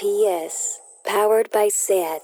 PS, powered by SAT.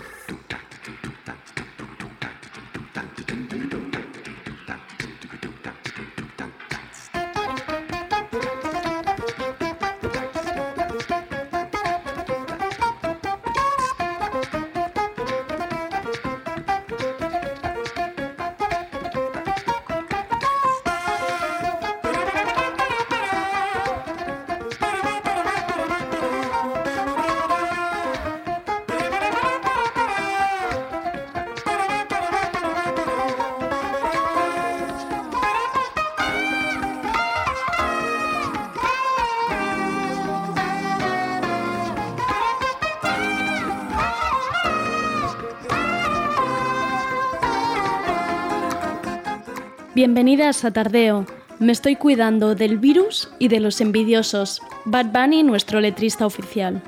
Bienvenidas a Tardeo. Me estoy cuidando del virus y de los envidiosos. Bad Bunny, nuestro letrista oficial.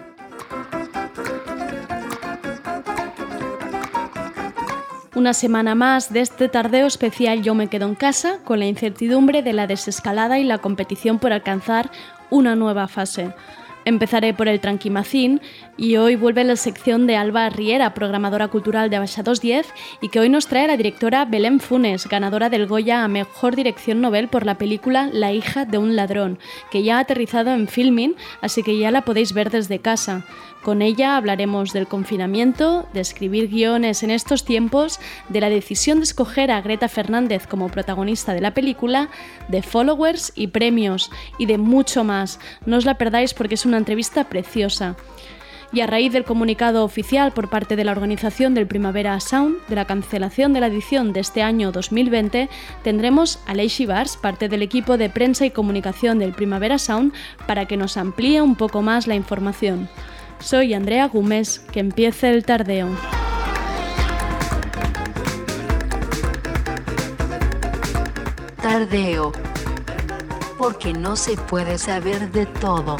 Una semana más de este tardeo especial Yo me quedo en casa, con la incertidumbre de la desescalada y la competición por alcanzar una nueva fase. Empezaré por el Tranquimacín y hoy vuelve la sección de Alba Riera, programadora cultural de Abaixados 10, y que hoy nos trae la directora Belén Funes, ganadora del Goya a Mejor Dirección Nobel por la película La hija de un ladrón, que ya ha aterrizado en Filmin, así que ya la podéis ver desde casa. Con ella hablaremos del confinamiento, de escribir guiones en estos tiempos, de la decisión de escoger a Greta Fernández como protagonista de la película, de followers y premios, y de mucho más. No os la perdáis porque es una entrevista preciosa. Y a raíz del comunicado oficial por parte de la organización del Primavera Sound de la cancelación de la edición de este año 2020, tendremos a Leixi Bars, parte del equipo de prensa y comunicación del Primavera Sound, para que nos amplíe un poco más la información. Soy Andrea Gómez, que empiece el tardeo. Tardeo, porque no se puede saber de todo.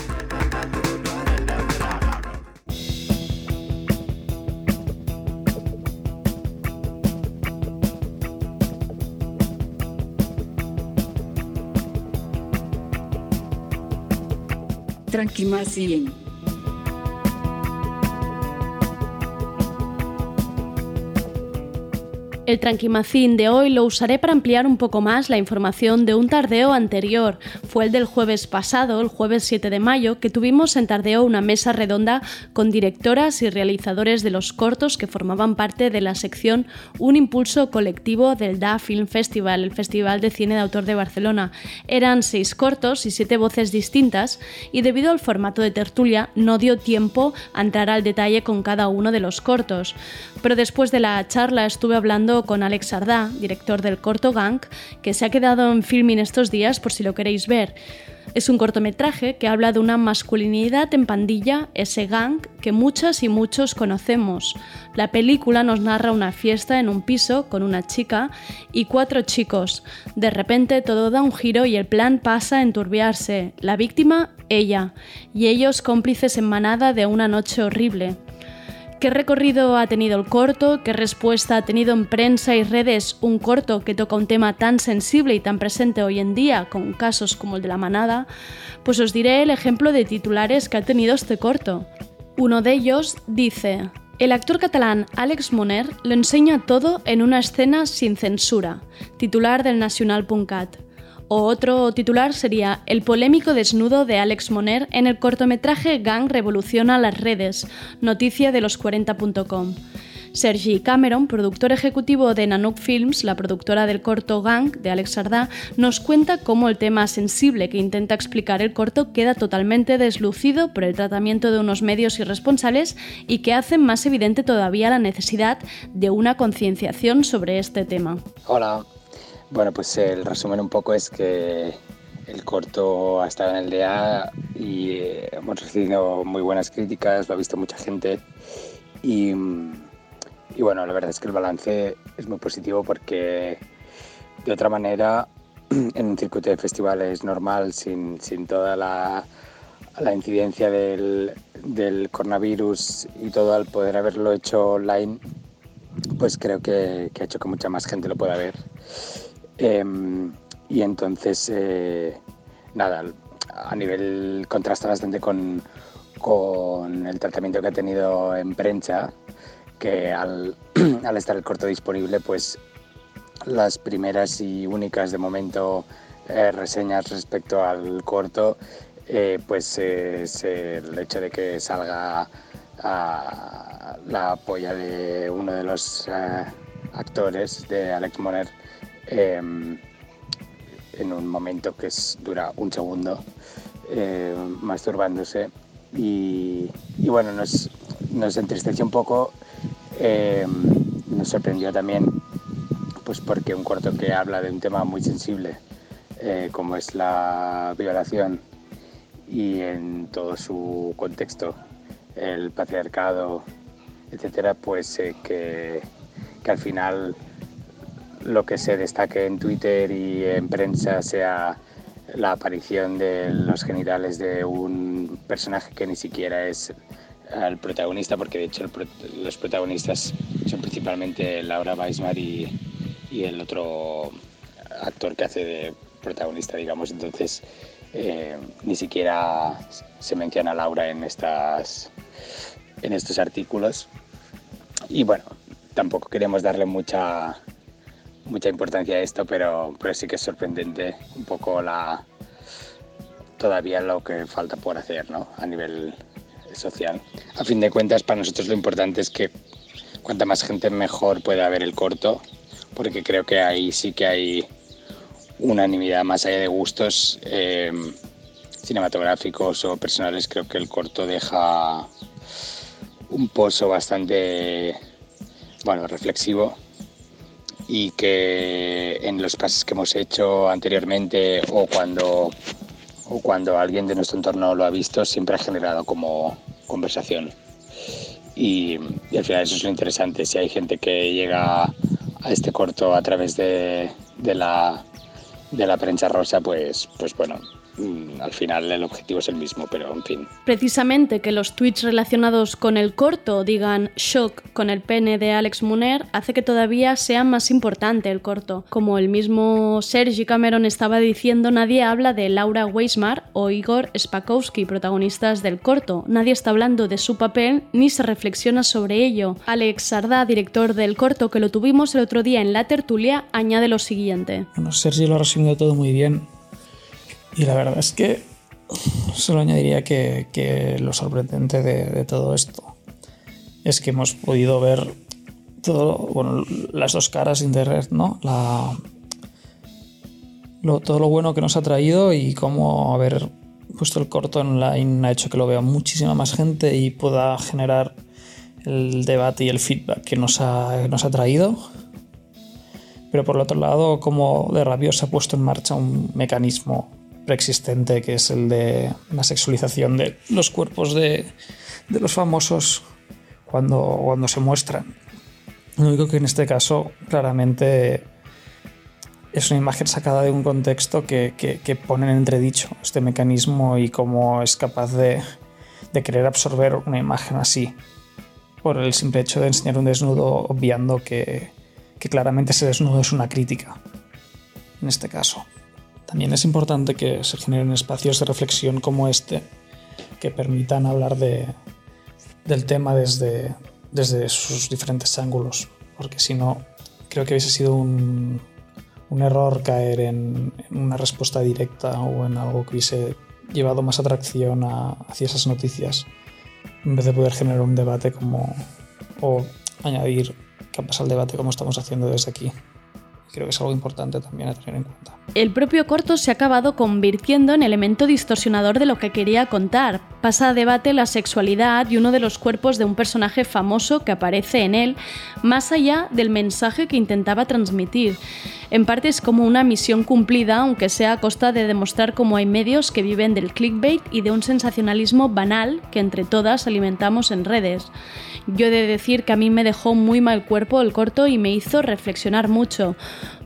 Tranquimacín. El Tranquimacín de hoy lo usaré para ampliar un poco más la información de un tardeo anterior. Fue el del jueves pasado, el jueves 7 de mayo, que tuvimos en Tardeo una mesa redonda con directoras y realizadores de los cortos que formaban parte de la sección Un impulso colectivo del DA Film Festival, el Festival de Cine de Autor de Barcelona. Eran 6 cortos y 7 voces distintas y debido al formato de tertulia no dio tiempo a entrar al detalle con cada uno de los cortos. Pero después de la charla estuve hablando con Alex Sardá, director del corto Gang, que se ha quedado en Filmin estos días por si lo queréis ver. Es un cortometraje que habla de una masculinidad en pandilla, ese gang que muchas y muchos conocemos. La película nos narra una fiesta en un piso con una chica y 4 chicos. De repente todo da un giro y el plan pasa a enturbiarse. La víctima, ella, y ellos cómplices en manada de una noche horrible. ¿Qué recorrido ha tenido el corto? ¿Qué respuesta ha tenido en prensa y redes un corto que toca un tema tan sensible y tan presente hoy en día, con casos como el de la manada? Pues os diré el ejemplo de titulares que ha tenido este corto. Uno de ellos dice: el actor catalán Àlex Moner lo enseña todo en una escena sin censura, titular del Nacional.cat. O otro titular sería El polémico desnudo de Àlex Moner en el cortometraje Gang revoluciona las redes, noticia de los40.com. Sergi Cameron, productor ejecutivo de Nanook Films, la productora del corto Gang de Alex Sardá, nos cuenta cómo el tema sensible que intenta explicar el corto queda totalmente deslucido por el tratamiento de unos medios irresponsables y que hacen más evidente todavía la necesidad de una concienciación sobre este tema. Hola. Bueno, pues el resumen un poco es que el corto ha estado en el DA y hemos recibido muy buenas críticas, lo ha visto mucha gente y bueno, la verdad es que el balance es muy positivo porque de otra manera en un circuito de festivales normal, sin toda la incidencia del coronavirus y todo, al poder haberlo hecho online, pues creo que ha hecho que mucha más gente lo pueda ver. Y entonces, nada, a nivel contrasta bastante con con el tratamiento que ha tenido en prensa, que al estar el corto disponible, pues las primeras y únicas de momento reseñas respecto al corto, pues es el hecho de que salga la polla de uno de los actores, de Alex Moner, en un momento que dura un segundo, masturbándose, y bueno, nos entristeció un poco, nos sorprendió también, pues porque un corto que habla de un tema muy sensible, como es la violación, y en todo su contexto, el patriarcado, etcétera, pues que al final lo que se destaque en Twitter y en prensa sea la aparición de los genitales de un personaje que ni siquiera es el protagonista, porque de hecho los protagonistas son principalmente Laura Weismar y el otro actor que hace de protagonista, digamos. Entonces ni siquiera se menciona a Laura en estos artículos, y bueno, tampoco queremos darle mucha importancia a esto, pero sí que es sorprendente un poco todavía lo que falta por hacer, ¿no?, a nivel social. A fin de cuentas, para nosotros lo importante es que cuanta más gente mejor pueda ver el corto, porque creo que ahí sí que hay unanimidad, más allá de gustos cinematográficos o personales. Creo que el corto deja un pozo bastante, reflexivo, y que en los pases que hemos hecho anteriormente o cuando alguien de nuestro entorno lo ha visto, siempre ha generado como conversación, y al final eso es lo interesante. Si hay gente que llega a este corto a través de la prensa rosa, pues bueno, al final el objetivo es el mismo, pero en fin. Precisamente que los tweets relacionados con el corto digan shock con el pene de Alex Moner hace que todavía sea más importante el corto. Como el mismo Sergi Cameron estaba diciendo, nadie habla de Laura Weismar o Igor Spakowski, protagonistas del corto. Nadie está hablando de su papel ni se reflexiona sobre ello. Alex Sardá, director del corto, que lo tuvimos el otro día en la tertulia, añade lo siguiente. Bueno, Sergi lo ha resumido todo muy bien. Y la verdad es que solo añadiría que lo sorprendente de todo esto es que hemos podido ver las dos caras de Internet, ¿no? Todo lo bueno que nos ha traído, y cómo haber puesto el corto online ha hecho que lo vea muchísima más gente y pueda generar el debate y el feedback que nos ha traído. Pero por el otro lado, como de rabioso ha puesto en marcha un mecanismo preexistente, que es el de la sexualización de los cuerpos de los famosos cuando se muestran. Lo único que en este caso claramente es una imagen sacada de un contexto que pone en entredicho este mecanismo y cómo es capaz de querer absorber una imagen así por el simple hecho de enseñar un desnudo, obviando que claramente ese desnudo es una crítica en este caso. También es importante que se generen espacios de reflexión como este, que permitan hablar del tema desde sus diferentes ángulos, porque si no, creo que hubiese sido un error caer en una respuesta directa o en algo que hubiese llevado más atracción hacia esas noticias, en vez de poder generar un debate o añadir capas al debate como estamos haciendo desde aquí. Creo que es algo importante también a tener en cuenta. El propio corto se ha acabado convirtiendo en elemento distorsionador de lo que quería contar. Pasa a debate la sexualidad y uno de los cuerpos de un personaje famoso que aparece en él, más allá del mensaje que intentaba transmitir. En parte es como una misión cumplida, aunque sea a costa de demostrar cómo hay medios que viven del clickbait y de un sensacionalismo banal que entre todas alimentamos en redes. Yo he de decir que a mí me dejó muy mal cuerpo el corto y me hizo reflexionar mucho.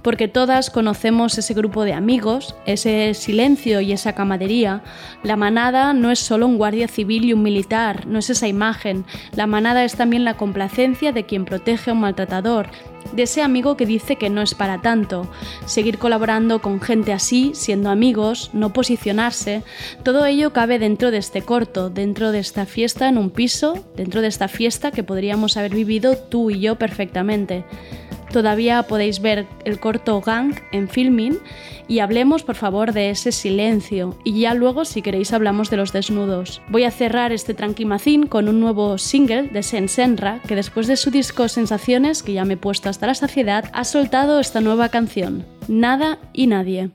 porque todas conocemos ese grupo de amigos, ese silencio y esa camaradería. La manada no es solo un guardia civil y un militar, no es esa imagen. La manada es también la complacencia de quien protege a un maltratador, de ese amigo que dice que no es para tanto. Seguir colaborando con gente así, siendo amigos, no posicionarse, todo ello cabe dentro de este corto, dentro de esta fiesta en un piso, dentro de esta fiesta que podríamos haber vivido tú y yo perfectamente. Todavía podéis ver el corto Gang en Filmin y hablemos por favor de ese silencio y ya luego si queréis hablamos de los desnudos. Voy a cerrar este tranquimacín con un nuevo single de Senra que después de su disco Sensaciones, que ya me he puesto hasta la saciedad, ha soltado esta nueva canción, Nada y Nadie.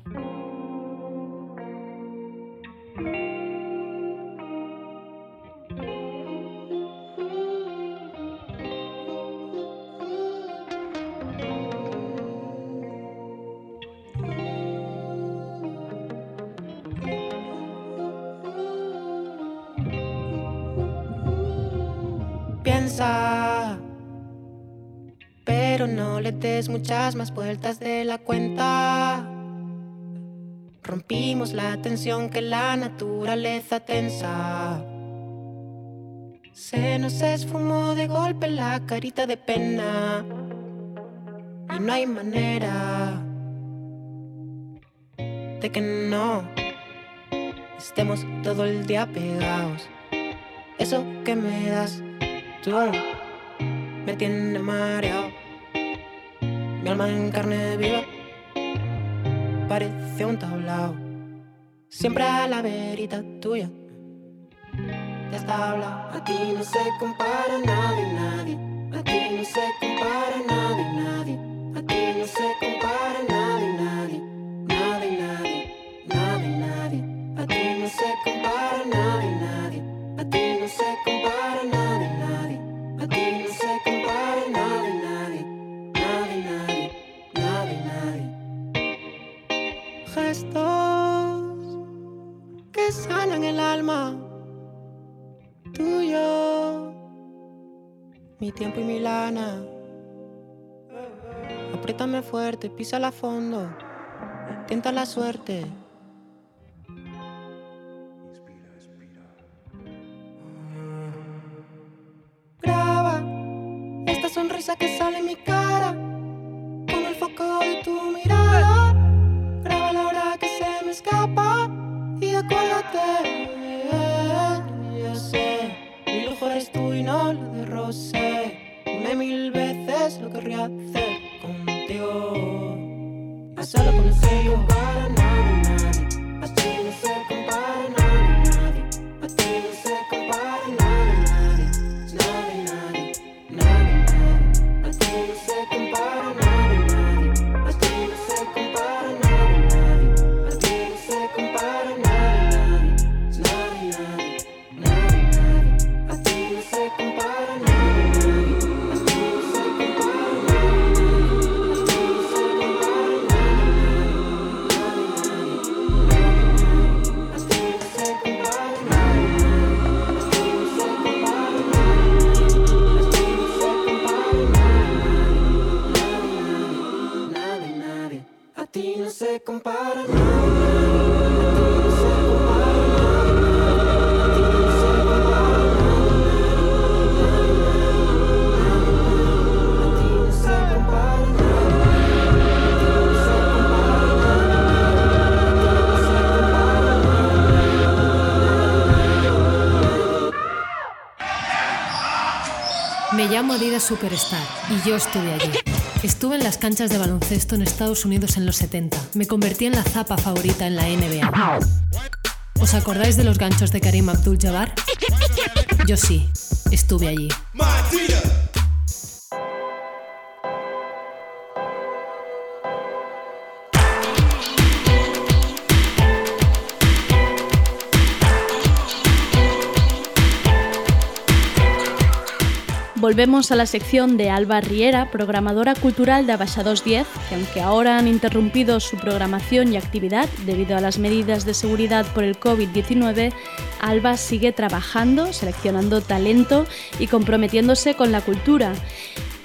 Pero no le des muchas más vueltas de la cuenta. Rompimos la tensión que la naturaleza tensa. Se nos esfumó de golpe la carita de pena y no hay manera de que no estemos todo el día pegados. Eso que me das tú me tiene mareado. Mi alma en carne viva parece un tablao. Siempre a la verita tuya te has hablado. A ti no se compara nadie. A ti no se compara nadie. A ti no se compara nadie. A ti no se compara nadie. A ti no se compara nadie. A ti no se compara nadie. Gestos que sanan el alma, tuyo, mi tiempo y mi lana. Apriétame fuerte, písala a fondo, tienta la suerte. Graba esta sonrisa que sale en mi cara, con el foco de tu mirada. Graba la hora que se me escapa y acuérdate, ya sé, mi lujo eres tú y no lo de Rosé. Dime 1000 veces lo querría hacer contigo, hacerlo contigo. Para nadie, a ti no se compara nadie. A ti no se compara nadie. A ti no se compara nadie. A ti no se compara nadie. A ti no se compara nadie. A ti no se compara nadie. A ti no se compara nadie. A ti no se compara Me llamo Adidas Superstar y yo estuve allí. Estuve en las canchas de baloncesto en Estados Unidos en los 70. Me convertí en la zapa favorita en la NBA. ¿Os acordáis de los ganchos de Karim Abdul-Jabbar? Yo sí, estuve allí. Volvemos a la sección de Alba Riera, programadora cultural de Abaixados 10, que aunque ahora han interrumpido su programación y actividad debido a las medidas de seguridad por el COVID-19, Alba sigue trabajando, seleccionando talento y comprometiéndose con la cultura.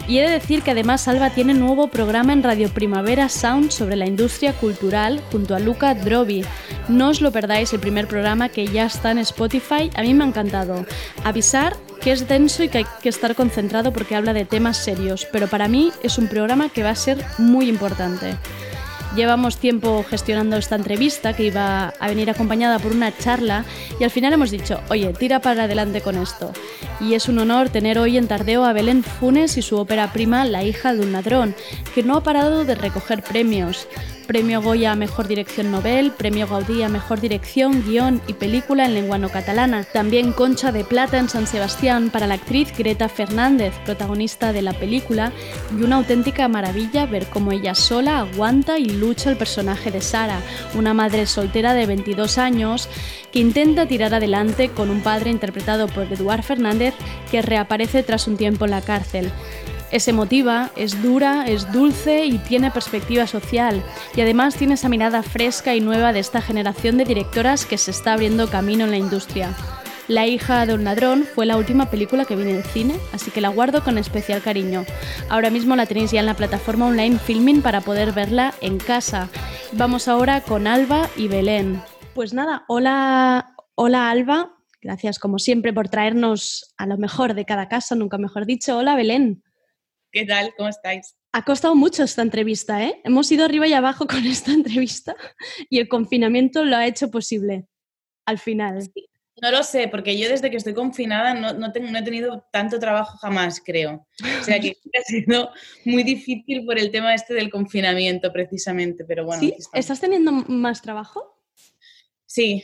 Y he de decir que además Alba tiene nuevo programa en Radio Primavera Sound sobre la industria cultural junto a Luca Drobi. No os lo perdáis, el primer programa que ya está en Spotify. A mí me ha encantado. Avisar que es denso y que hay que estar concentrado porque habla de temas serios, pero para mí es un programa que va a ser muy importante. Llevamos tiempo gestionando esta entrevista que iba a venir acompañada por una charla y al final hemos dicho, oye, tira para adelante con esto. Y es un honor tener hoy en Tardeo a Belén Funes y su ópera prima La hija de un ladrón, que no ha parado de recoger premios. Premio Goya a Mejor Dirección Nobel, Premio Gaudí a Mejor Dirección, Guión y Película en lengua no catalana. También Concha de Plata en San Sebastián para la actriz Greta Fernández, protagonista de la película, y una auténtica maravilla ver cómo ella sola aguanta y lucha el personaje de Sara, una madre soltera de 22 años que intenta tirar adelante con un padre interpretado por Eduard Fernández que reaparece tras un tiempo en la cárcel. Es emotiva, es dura, es dulce y tiene perspectiva social. Y además tiene esa mirada fresca y nueva de esta generación de directoras que se está abriendo camino en la industria. La hija de un ladrón fue la última película que vi en el cine, así que la guardo con especial cariño. Ahora mismo la tenéis ya en la plataforma online Filmin para poder verla en casa. Vamos ahora con Alba y Belén. Pues nada, hola Alba. Gracias como siempre por traernos a lo mejor de cada casa, nunca mejor dicho. Hola Belén. ¿Qué tal? ¿Cómo estáis? Ha costado mucho esta entrevista, ¿eh? Hemos ido arriba y abajo con esta entrevista y el confinamiento lo ha hecho posible, al final. Sí, no lo sé, porque yo desde que estoy confinada no he tenido tanto trabajo jamás, creo. O sea que ha sido muy difícil por el tema este del confinamiento, precisamente, pero bueno. ¿Sí? ¿Estás teniendo más trabajo? Sí,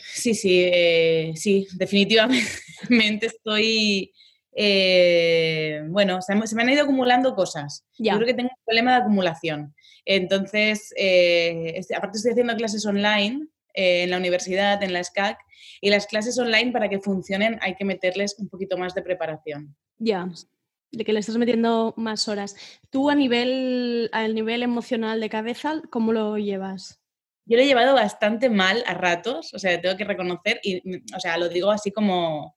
definitivamente estoy... bueno, se me han ido acumulando cosas. Ya. Yo creo que tengo un problema de acumulación. Entonces, aparte estoy haciendo clases online en la universidad, en la SCAC, y las clases online para que funcionen hay que meterles un poquito más de preparación. Ya, de que le estás metiendo más horas. ¿Tú al nivel emocional de cabeza, cómo lo llevas? Yo lo he llevado bastante mal a ratos, o sea, tengo que reconocer, y o sea, lo digo así como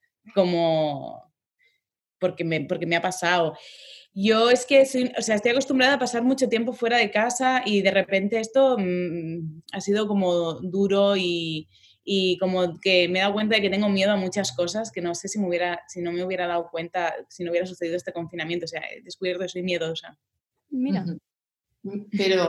porque me ha pasado. Yo es que estoy acostumbrada a pasar mucho tiempo fuera de casa y de repente esto ha sido como duro y como que me he dado cuenta de que tengo miedo a muchas cosas que no sé si no me hubiera dado cuenta si no hubiera sucedido este confinamiento. O sea, he descubierto que soy miedosa. Mira. Pero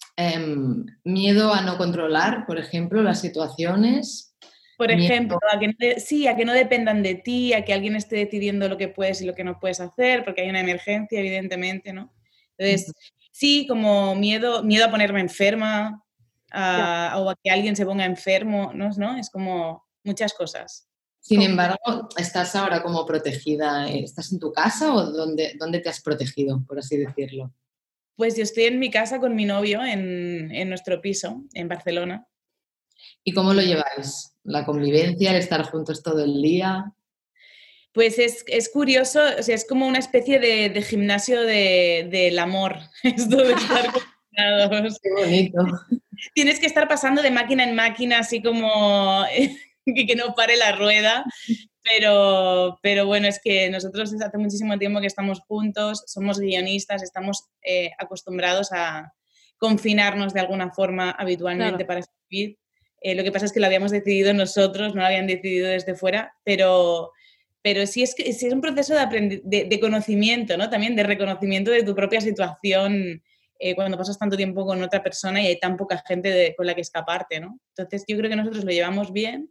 miedo a no controlar, por ejemplo, las situaciones. Por ejemplo, a que no dependan de ti, a que alguien esté decidiendo lo que puedes y lo que no puedes hacer, porque hay una emergencia, evidentemente, ¿no? Entonces, sí, como miedo a ponerme enferma, o a que alguien se ponga enfermo, ¿no? Es como muchas cosas. Sin embargo, ¿estás ahora como protegida? ¿Estás en tu casa o dónde te has protegido, por así decirlo? Pues yo estoy en mi casa con mi novio, en nuestro piso, en Barcelona. ¿Y cómo lo lleváis? ¿La convivencia, el estar juntos todo el día? Pues es curioso, o sea, es como una especie de gimnasio del amor, esto de estar confinados. Qué bonito. Tienes que estar pasando de máquina en máquina, así como que no pare la rueda, pero bueno, es que nosotros hace muchísimo tiempo que estamos juntos, somos guionistas, estamos acostumbrados a confinarnos de alguna forma habitualmente para escribir. Lo que pasa es que lo habíamos decidido nosotros, no lo habían decidido desde fuera, pero sí es un proceso de conocimiento, ¿no? También de reconocimiento de tu propia situación cuando pasas tanto tiempo con otra persona y hay tan poca gente con la que escaparte, ¿no? Entonces yo creo que nosotros lo llevamos bien,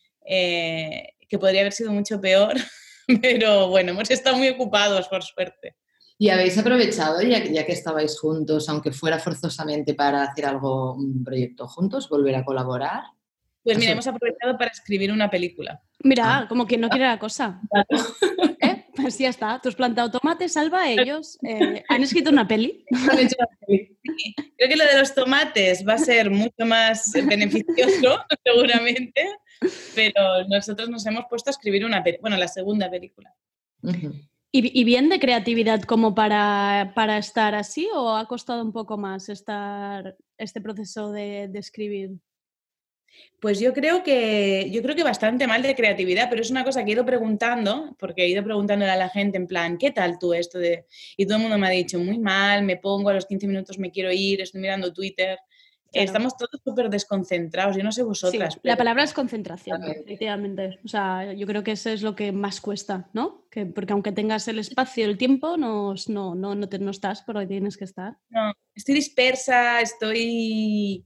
que podría haber sido mucho peor, pero bueno, hemos estado muy ocupados, por suerte. ¿Y habéis aprovechado, ya que estabais juntos, aunque fuera forzosamente para hacer un proyecto juntos, volver a colaborar? Pues mira, hemos aprovechado para escribir una película. Mira, como quien no quiere la cosa. Pues ya está, tú has plantado tomates, Alba, ellos han escrito una peli. Sí, creo que lo de los tomates va a ser mucho más beneficioso, seguramente, pero nosotros nos hemos puesto a escribir la segunda película. Uh-huh. ¿Y bien de creatividad como para estar así o ha costado un poco más este proceso de escribir? Pues yo creo que bastante mal de creatividad, pero es una cosa que he ido preguntando, porque he ido preguntándole a la gente en plan, ¿qué tal tú esto de...? Y todo el mundo me ha dicho, muy mal, me pongo, a los 15 minutos me quiero ir, estoy mirando Twitter. Claro. Estamos todos súper desconcentrados, yo no sé vosotras. Sí, pero... la palabra es concentración, efectivamente. O sea, yo creo que eso es lo que más cuesta, ¿no? Porque aunque tengas el espacio, el tiempo, no estás por donde tienes que estar. No, estoy dispersa, estoy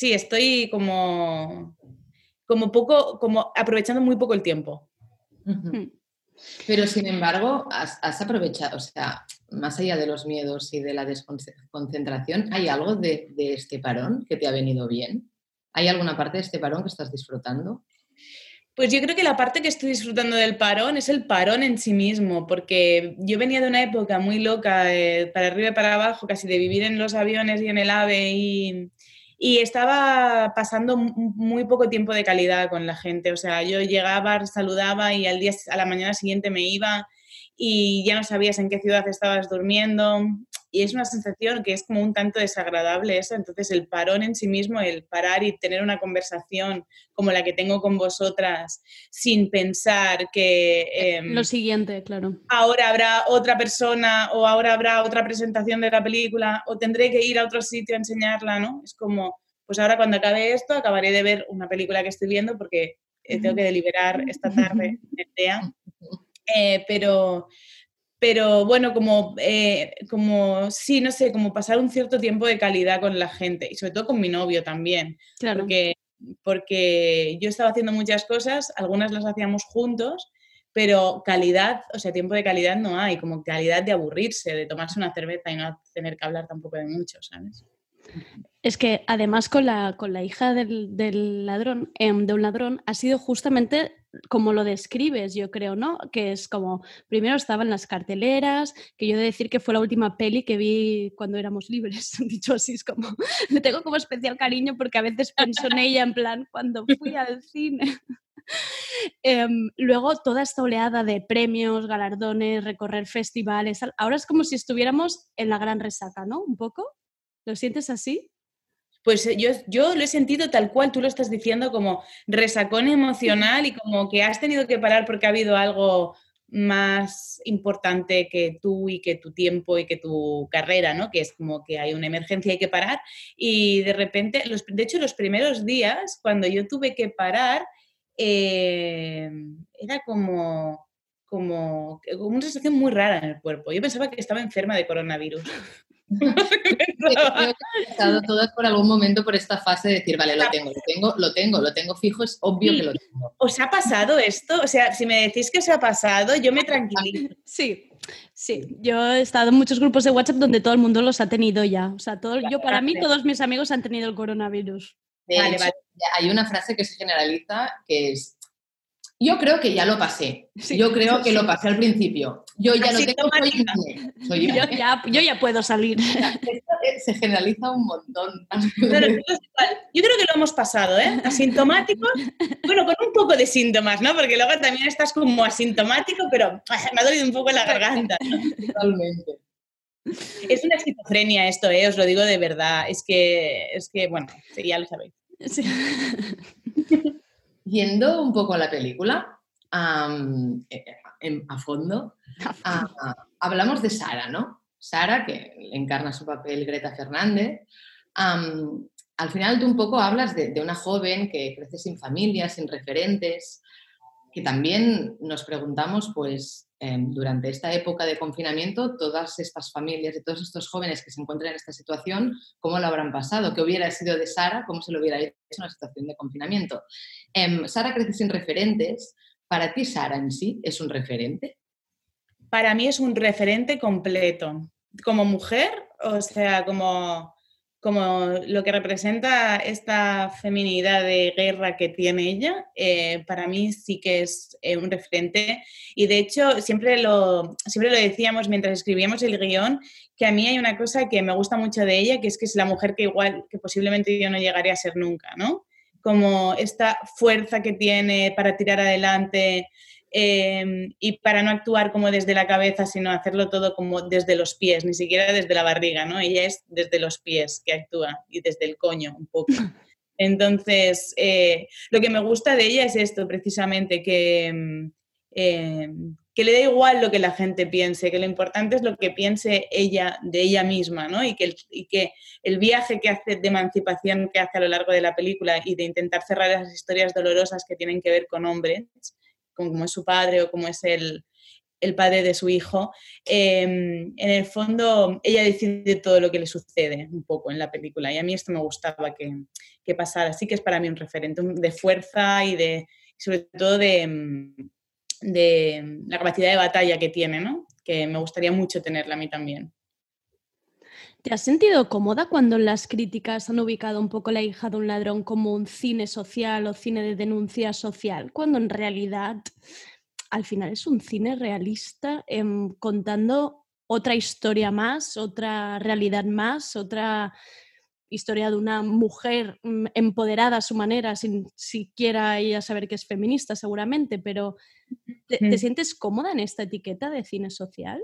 como aprovechando muy poco el tiempo. Pero sin embargo, has aprovechado, o sea, más allá de los miedos y de la desconcentración, ¿hay algo de este parón que te ha venido bien? ¿Hay alguna parte de este parón que estás disfrutando? Pues yo creo que la parte que estoy disfrutando del parón es el parón en sí mismo, porque yo venía de una época muy loca, para arriba y para abajo, casi de vivir en los aviones y en el AVE, y estaba pasando muy poco tiempo de calidad con la gente. O sea, yo llegaba, saludaba y a la mañana siguiente me iba y ya no sabías en qué ciudad estabas durmiendo. Y es una sensación que es como un tanto desagradable eso. Entonces el parón en sí mismo, el parar y tener una conversación como la que tengo con vosotras sin pensar que... Lo siguiente, claro. Ahora habrá otra persona o ahora habrá otra presentación de la película o tendré que ir a otro sitio a enseñarla, ¿no? Es como, pues ahora cuando acabe esto acabaré de ver una película que estoy viendo porque tengo que deliberar esta tarde el día. Pero bueno, como sí, no sé, como pasar un cierto tiempo de calidad con la gente y sobre todo con mi novio también. Claro. Porque yo estaba haciendo muchas cosas, algunas las hacíamos juntos, pero calidad, o sea, tiempo de calidad no hay, como calidad de aburrirse, de tomarse una cerveza y no tener que hablar tampoco de mucho, ¿sabes? Es que además con la hija del ladrón, de un ladrón, ha sido justamente como lo describes, yo creo, ¿no? Que es como, primero estaba en las carteleras, que yo he de decir que fue la última peli que vi cuando éramos libres, dicho así, es como, le tengo como especial cariño porque a veces pienso en ella en plan, cuando fui al cine. Luego toda esta oleada de premios, galardones, recorrer festivales, ahora es como si estuviéramos en la gran resaca, ¿no? Un poco. ¿Lo sientes así? Pues yo lo he sentido tal cual tú lo estás diciendo, como resacón emocional y como que has tenido que parar porque ha habido algo más importante que tú y que tu tiempo y que tu carrera, ¿no? Que es como que hay una emergencia, hay que parar y de repente, de hecho los primeros días cuando yo tuve que parar, era como una sensación muy rara en el cuerpo. Yo pensaba que estaba enferma de coronavirus. Creo que hemos pasado todas por algún momento por esta fase de decir, vale, lo tengo fijo, es obvio que lo tengo. ¿Os ha pasado esto? O sea, si me decís que os ha pasado, yo me tranquilizo. Sí, yo he estado en muchos grupos de WhatsApp donde todo el mundo los ha tenido ya. O sea, para mí todos mis amigos han tenido el coronavirus. Vale. Hay una frase que se generaliza que es, yo creo que ya lo pasé. Sí, yo creo que lo pasé al principlo. Yo ya no tengo yo ya puedo salir. Esto se generaliza un montón. Pero yo creo que lo hemos pasado, ¿eh? Asintomáticos, bueno, con un poco de síntomas, ¿no? Porque luego también estás como asintomático, pero me ha dolido un poco la garganta, ¿no? Totalmente. Es una esquizofrenia esto, os lo digo de verdad. Es que bueno, sí, ya lo sabéis. Sí. Yendo un poco a la película, a fondo, hablamos de Sara, ¿no? Sara, que encarna su papel Greta Fernández. Al final tú un poco hablas de una joven que crece sin familia, sin referentes, que también nos preguntamos, pues, durante esta época de confinamiento, todas estas familias y todos estos jóvenes que se encuentran en esta situación, ¿cómo lo habrán pasado? ¿Qué hubiera sido de Sara? ¿Cómo se lo hubiera hecho en una situación de confinamiento? Sara crece sin referentes. ¿Para ti Sara en sí es un referente? Para mí es un referente completo. Como mujer, o sea, como lo que representa esta feminidad de guerra que tiene ella, para mí sí que es un referente. Y de hecho, siempre lo decíamos mientras escribíamos el guión, que a mí hay una cosa que me gusta mucho de ella, que es la mujer que posiblemente yo no llegaría a ser nunca, ¿no? Como esta fuerza que tiene para tirar adelante, y para no actuar como desde la cabeza, sino hacerlo todo como desde los pies, ni siquiera desde la barriga, ¿no? Ella es desde los pies que actúa y desde el coño un poco. Entonces, lo que me gusta de ella es esto, precisamente, que le da igual lo que la gente piense, que lo importante es lo que piense ella de ella misma, ¿no? Y que el viaje que hace de emancipación que hace a lo largo de la película y de intentar cerrar esas historias dolorosas que tienen que ver con hombres, como es su padre o como es el padre de su hijo, en el fondo ella decide todo lo que le sucede un poco en la película, y a mí esto me gustaba que pasara. Así que es para mí un referente de fuerza y sobre todo de la capacidad de batalla que tiene, ¿no? Que me gustaría mucho tenerla a mí también. ¿Te has sentido cómoda cuando las críticas han ubicado un poco La hija de un ladrón como un cine social o cine de denuncia social, cuando en realidad al final es un cine realista contando otra historia más, otra realidad más, otra historia de una mujer empoderada a su manera, sin siquiera ella saber que es feminista seguramente, pero ¿te sientes cómoda en esta etiqueta de cine social?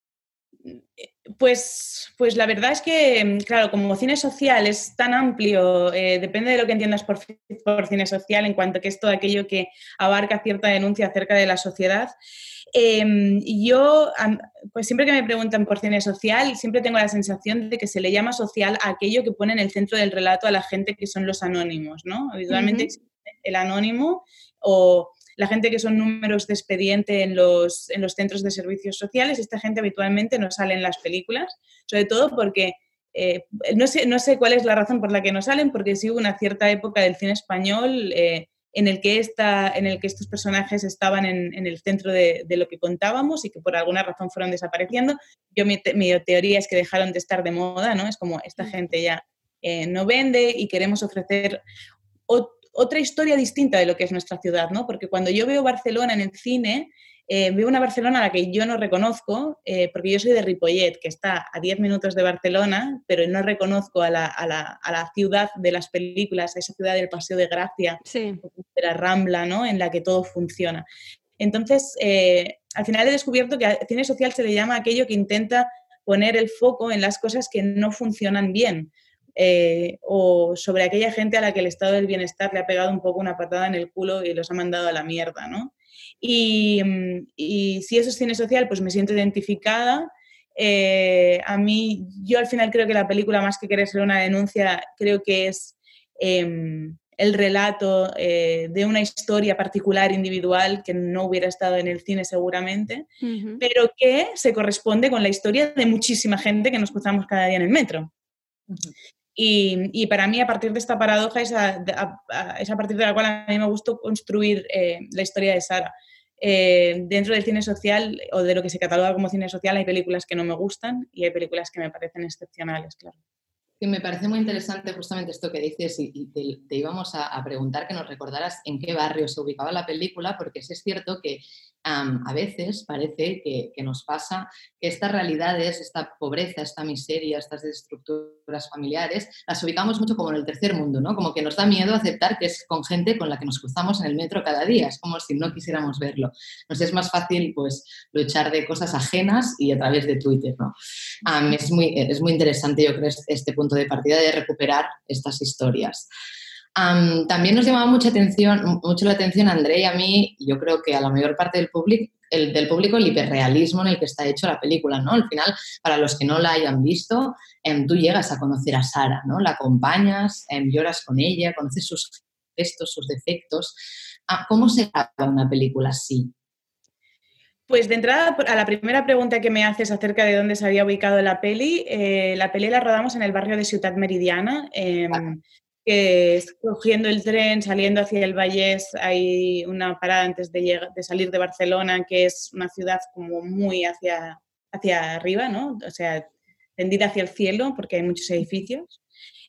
Pues la verdad es que, claro, como cine social es tan amplio, depende de lo que entiendas por cine social, en cuanto que es todo aquello que abarca cierta denuncia acerca de la sociedad. Yo, pues siempre que me preguntan por cine social, siempre tengo la sensación de que se le llama social a aquello que pone en el centro del relato a la gente que son los anónimos, ¿no? Habitualmente existe el anónimo o la gente que son números de expediente en los centros de servicios sociales. Esta gente habitualmente no sale en las películas, sobre todo porque no sé cuál es la razón por la que no salen, porque sí hubo una cierta época del cine español en el que estos personajes estaban en el centro de lo que contábamos y que por alguna razón fueron desapareciendo. Mi teoría es que dejaron de estar de moda, ¿no? Es como esta gente ya no vende y queremos ofrecer otra historia distinta de lo que es nuestra ciudad, ¿no? Porque cuando yo veo Barcelona en el cine, veo una Barcelona a la que yo no reconozco, porque yo soy de Ripollet, que está a 10 minutos de Barcelona, pero no reconozco a la ciudad de las películas, a esa ciudad del Paseo de Gracia, sí, de la Rambla, ¿no? En la que todo funciona. Entonces, al final he descubierto que al cine social se le llama aquello que intenta poner el foco en las cosas que no funcionan bien. O sobre aquella gente a la que el estado del bienestar le ha pegado un poco una patada en el culo y los ha mandado a la mierda, ¿no? Y si eso es cine social, pues me siento identificada. A mí, yo al final creo que la película, más que querer ser una denuncia, creo que es el relato de una historia particular, individual, que no hubiera estado en el cine seguramente, pero que se corresponde con la historia de muchísima gente que nos cruzamos cada día en el metro. Y para mí, a partir de esta paradoja, es a partir de la cual a mí me gustó construir la historia de Sara. Dentro del cine social, o de lo que se cataloga como cine social, hay películas que no me gustan y hay películas que me parecen excepcionales, claro. Sí, me parece muy interesante justamente esto que dices y te íbamos a preguntar que nos recordaras en qué barrio se ubicaba la película, porque sí es cierto que a veces parece que nos pasa que estas realidades, esta pobreza, esta miseria, estas desestructuras familiares, las ubicamos mucho como en el tercer mundo, ¿no? Como que nos da miedo aceptar que es con gente con la que nos cruzamos en el metro cada día, es como si no quisiéramos verlo. Nos es más fácil pues luchar de cosas ajenas y a través de Twitter, ¿no? Es muy interesante, yo creo, este punto de partida de recuperar estas historias. También nos llamaba mucho la atención a André y a mí, yo creo que a la mayor parte del público, el hiperrealismo en el que está hecho la película, ¿no? Al final, para los que no la hayan visto, tú llegas a conocer a Sara, ¿no? La acompañas, lloras con ella, conoces sus gestos, sus defectos. ¿Cómo se graba una película así? Pues de entrada, a la primera pregunta que me haces acerca de dónde se había ubicado la peli la rodamos en el barrio de Ciutat Meridiana, que es cogiendo el tren, saliendo hacia el Vallès, hay una parada antes de salir de Barcelona, que es una ciudad como muy hacia arriba, ¿no? O sea, tendida hacia el cielo, porque hay muchos edificios.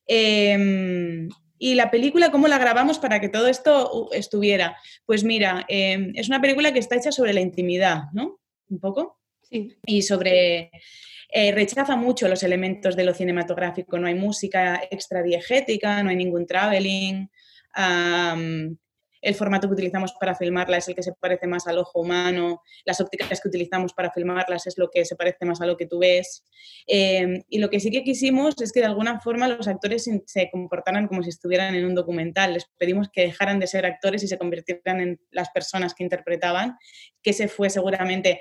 Y la película, ¿cómo la grabamos para que todo esto estuviera? Pues mira, es una película que está hecha sobre la intimidad, ¿no? Un poco. Sí. Y sobre... rechaza mucho los elementos de lo cinematográfico. No hay música extra diegética, no hay ningún traveling. el formato que utilizamos para filmarla es el que se parece más al ojo humano, las ópticas que utilizamos para filmarlas es lo que se parece más a lo que tú ves. Y lo que sí que quisimos es que de alguna forma los actores se comportaran como si estuvieran en un documental. Les pedimos que dejaran de ser actores y se convirtieran en las personas que interpretaban, que ese fue seguramente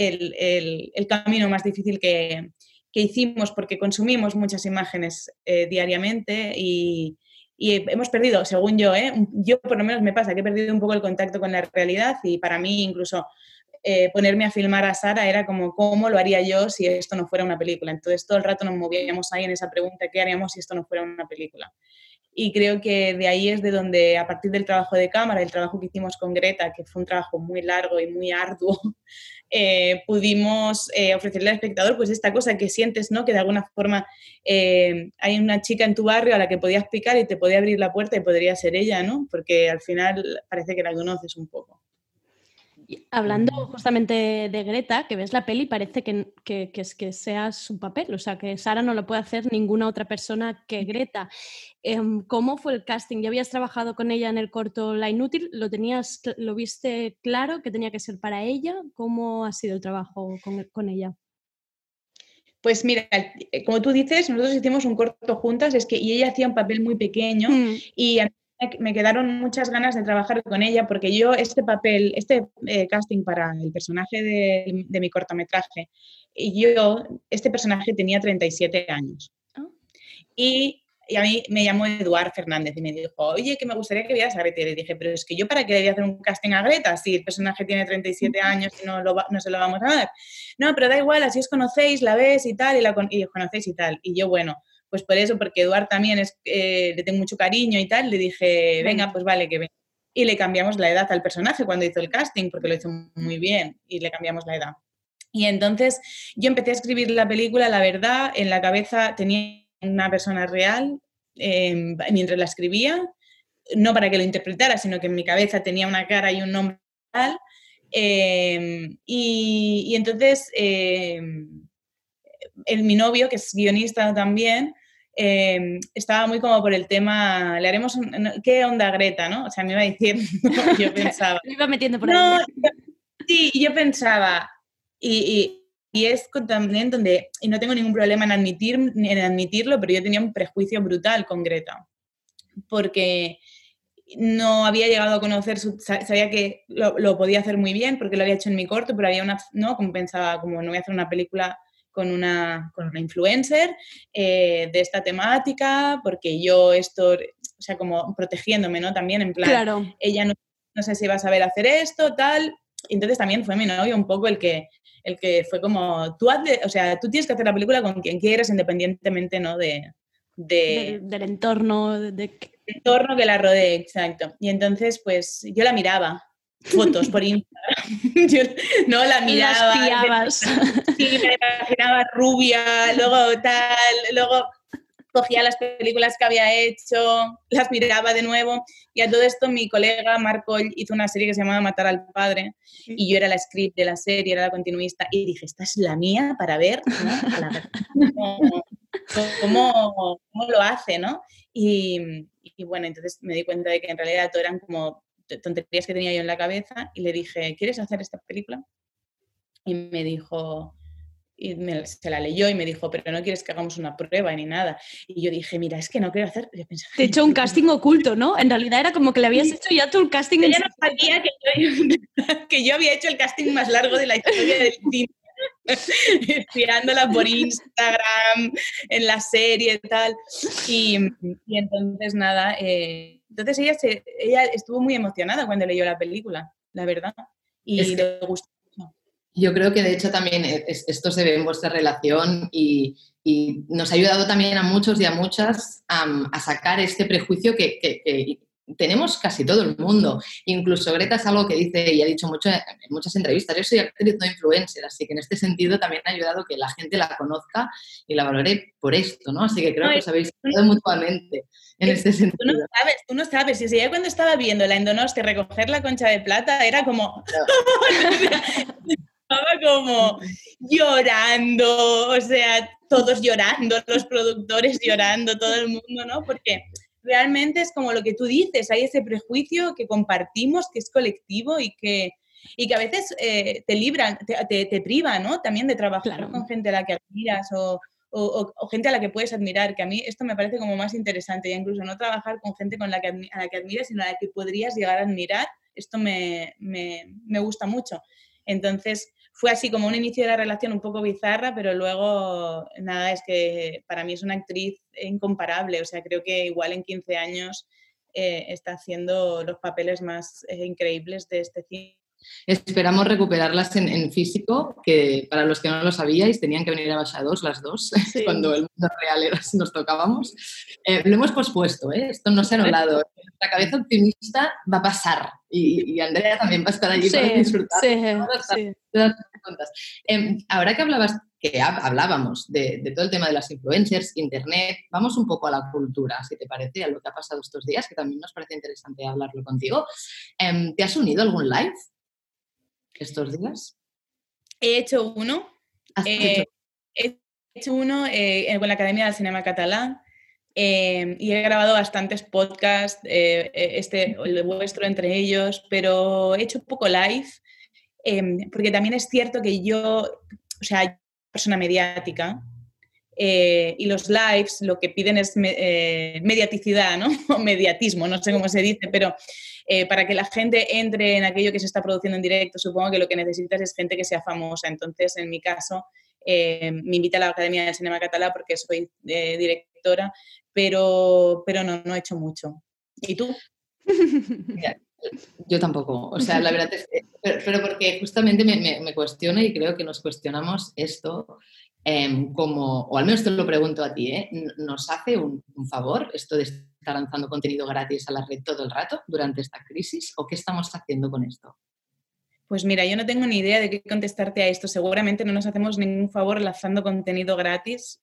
el camino más difícil que hicimos, porque consumimos muchas imágenes diariamente y hemos perdido, según yo, yo por lo menos me pasa que he perdido un poco el contacto con la realidad y para mí incluso ponerme a filmar a Sara era como, ¿cómo lo haría yo si esto no fuera una película? Entonces todo el rato nos movíamos ahí en esa pregunta, ¿qué haríamos si esto no fuera una película? Y creo que de ahí es de donde, a partir del trabajo de cámara, el trabajo que hicimos con Greta, que fue un trabajo muy largo y muy arduo, pudimos ofrecerle al espectador pues esta cosa que sientes, ¿no? Que de alguna forma hay una chica en tu barrio a la que podías picar y te podía abrir la puerta y podría ser ella, ¿no? Porque al final parece que la conoces un poco. Hablando justamente de Greta, que ves la peli, parece que sea su papel, o sea, que Sara no lo puede hacer ninguna otra persona que Greta. ¿Cómo fue el casting? ¿Ya habías trabajado con ella en el corto La Inútil? ¿Lo viste claro que tenía que ser para ella? ¿Cómo ha sido el trabajo con ella? Pues mira, como tú dices, nosotros hicimos un corto juntas, y ella hacía un papel muy pequeño y a mí me quedaron muchas ganas de trabajar con ella porque yo este casting para el personaje de mi cortometraje, este personaje tenía 37 años. Y a mí me llamó Eduard Fernández y me dijo, oye, que me gustaría que vieras a Greta. Y le dije, pero es que yo ¿para qué le voy a hacer un casting a Greta si el personaje tiene 37 años y no se lo vamos a dar? No, pero da igual, así os conocéis, la ves y tal, y os conocéis y tal. Y yo, bueno, pues por eso, porque Eduard también le tengo mucho cariño y tal, le dije, venga, pues vale, que venga. Y le cambiamos la edad al personaje cuando hizo el casting, porque lo hizo muy bien, y le cambiamos la edad. Y entonces yo empecé a escribir la película, la verdad, en la cabeza tenía una persona real mientras la escribía, no para que lo interpretara, sino que en mi cabeza tenía una cara y un nombre real. Y entonces mi novio, que es guionista también, estaba muy como por el tema, le haremos ¿qué onda Greta? ¿No? O sea, me iba diciendo, yo pensaba. Me iba metiendo por ahí. Sí, yo pensaba, y es también donde, y no tengo ningún problema en admitirlo, pero yo tenía un prejuicio brutal con Greta, porque no había llegado a conocer, sabía que lo podía hacer muy bien porque lo había hecho en mi corto, pero había como pensaba, como no voy a hacer una película con una influencer de esta temática, porque yo esto, o sea, como protegiéndome, ¿no? También en plan, claro. Ella no sé si va a saber hacer esto, tal. Entonces también fue mi novio un poco el que fue como, tú tienes que hacer la película con quien quieras, independientemente, ¿no? Del entorno. Del entorno que la rodee, exacto. Y entonces, pues, yo la miraba, fotos por Instagram. Yo no la miraba. Las pillabas. Sí, me imaginaba rubia, luego cogía las películas que había hecho, las miraba de nuevo, y a todo esto mi colega Marco hizo una serie que se llamaba Matar al Padre, y yo era la script de la serie, era la continuista, y dije, esta es la mía para ver, ¿no? cómo lo hace, ¿no? Y bueno, entonces me di cuenta de que en realidad todo eran como tonterías que tenía yo en la cabeza, y le dije, ¿quieres hacer esta película? Y me dijo... se la leyó y me dijo, pero no quieres que hagamos una prueba ni nada. Y yo dije, mira, es que no quiero hacer... Yo pensaba, te he hecho un casting oculto, ¿no? En realidad era como que le habías hecho ya tú el casting. Ella no sabía que yo había hecho el casting más largo de la historia del cine. Espiándola por Instagram, en la serie y tal. Y entonces nada, entonces ella estuvo muy emocionada cuando leyó la película, la verdad. Y le gustó. Yo creo que de hecho también esto se ve en vuestra relación y nos ha ayudado también a muchos y a muchas a sacar este prejuicio que tenemos casi todo el mundo. Incluso Greta es algo que dice y ha dicho mucho en muchas entrevistas. Yo soy actriz, no influencer, así que en este sentido también ha ayudado que la gente la conozca y la valore por esto, ¿no? Así que creo que os habéis ayudado mutuamente en este sentido. Tú no sabes. Si ya cuando estaba viendo la en Donosti recoger la concha de plata, era como... Estaba como llorando, o sea, todos llorando, los productores llorando, todo el mundo, ¿no? Porque realmente es como lo que tú dices, hay ese prejuicio que compartimos, que es colectivo y que a veces te priva, ¿no? También de trabajar con gente a la que admiras o gente a la que puedes admirar, que a mí esto me parece como más interesante, ya incluso no trabajar con gente a la que admiras, sino a la que podrías llegar a admirar, esto me gusta mucho. Entonces, fue así como un inicio de la relación un poco bizarra, pero luego, nada, es que para mí es una actriz incomparable, o sea, creo que igual en 15 años está haciendo los papeles más increíbles de este cine. Esperamos recuperarlas en físico, que para los que no lo sabíais, tenían que venir a Baixados las dos, sí. Cuando el mundo real era si nos tocábamos. Lo hemos pospuesto, esto no se ha anulado. La cabeza optimista va a pasar y Andrea también va a estar allí para disfrutar. Sí. Ahora que hablábamos de todo el tema de las influencers, internet, vamos un poco a la cultura, si te parece, a lo que ha pasado estos días, que también nos parece interesante hablarlo contigo. ¿Te has unido a algún live estos días? He hecho uno. He hecho uno con la Academia del Cinema Catalán y he grabado bastantes podcasts, el vuestro entre ellos, pero he hecho poco live porque también es cierto que yo, o sea, persona mediática y los lives lo que piden es mediaticidad, ¿no? O mediatismo, no sé cómo se dice, pero para que la gente entre en aquello que se está produciendo en directo, supongo que lo que necesitas es gente que sea famosa. Entonces, en mi caso, me invita a la Academia del Cinema Catalán porque soy directora, pero no he hecho mucho. ¿Y tú? Mira, yo tampoco. O sea, la verdad es que, pero porque justamente me cuestiona y creo que nos cuestionamos esto o al menos te lo pregunto a ti, ¿nos hace un favor esto de estar lanzando contenido gratis a la red todo el rato durante esta crisis? ¿O qué estamos haciendo con esto? Pues mira, yo no tengo ni idea de qué contestarte a esto. Seguramente no nos hacemos ningún favor lanzando contenido gratis.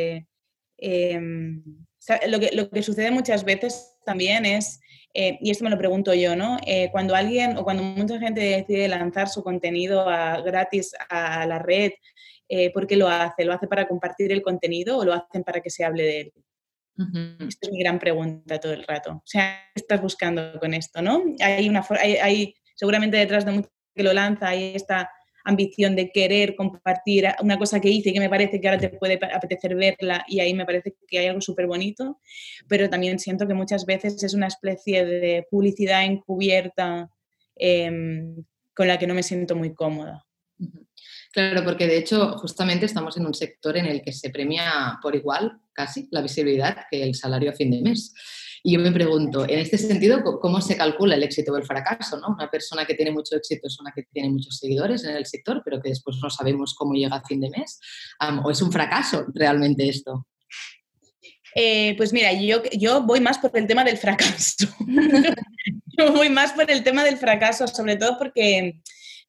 Lo que sucede muchas veces también es, y esto me lo pregunto yo, ¿no? Cuando alguien o cuando mucha gente decide lanzar su contenido gratis a la red, ¿por qué lo hace? ¿Lo hace para compartir el contenido o lo hacen para que se hable de él? Uh-huh. Esta es mi gran pregunta todo el rato. O sea, ¿qué estás buscando con esto, no? Hay seguramente detrás de mucho que lo lanza, hay esta ambición de querer compartir una cosa que hice y que me parece que ahora te puede apetecer verla y ahí me parece que hay algo súper bonito, pero también siento que muchas veces es una especie de publicidad encubierta con la que no me siento muy cómoda. Claro, porque de hecho justamente estamos en un sector en el que se premia por igual casi la visibilidad que el salario a fin de mes. Y yo me pregunto, en este sentido, ¿cómo se calcula el éxito o el fracaso, ¿no? Una persona que tiene mucho éxito es una que tiene muchos seguidores en el sector, pero que después no sabemos cómo llega a fin de mes. ¿O es un fracaso realmente esto? Pues mira, yo voy más por el tema del fracaso. Yo voy más por el tema del fracaso, sobre todo porque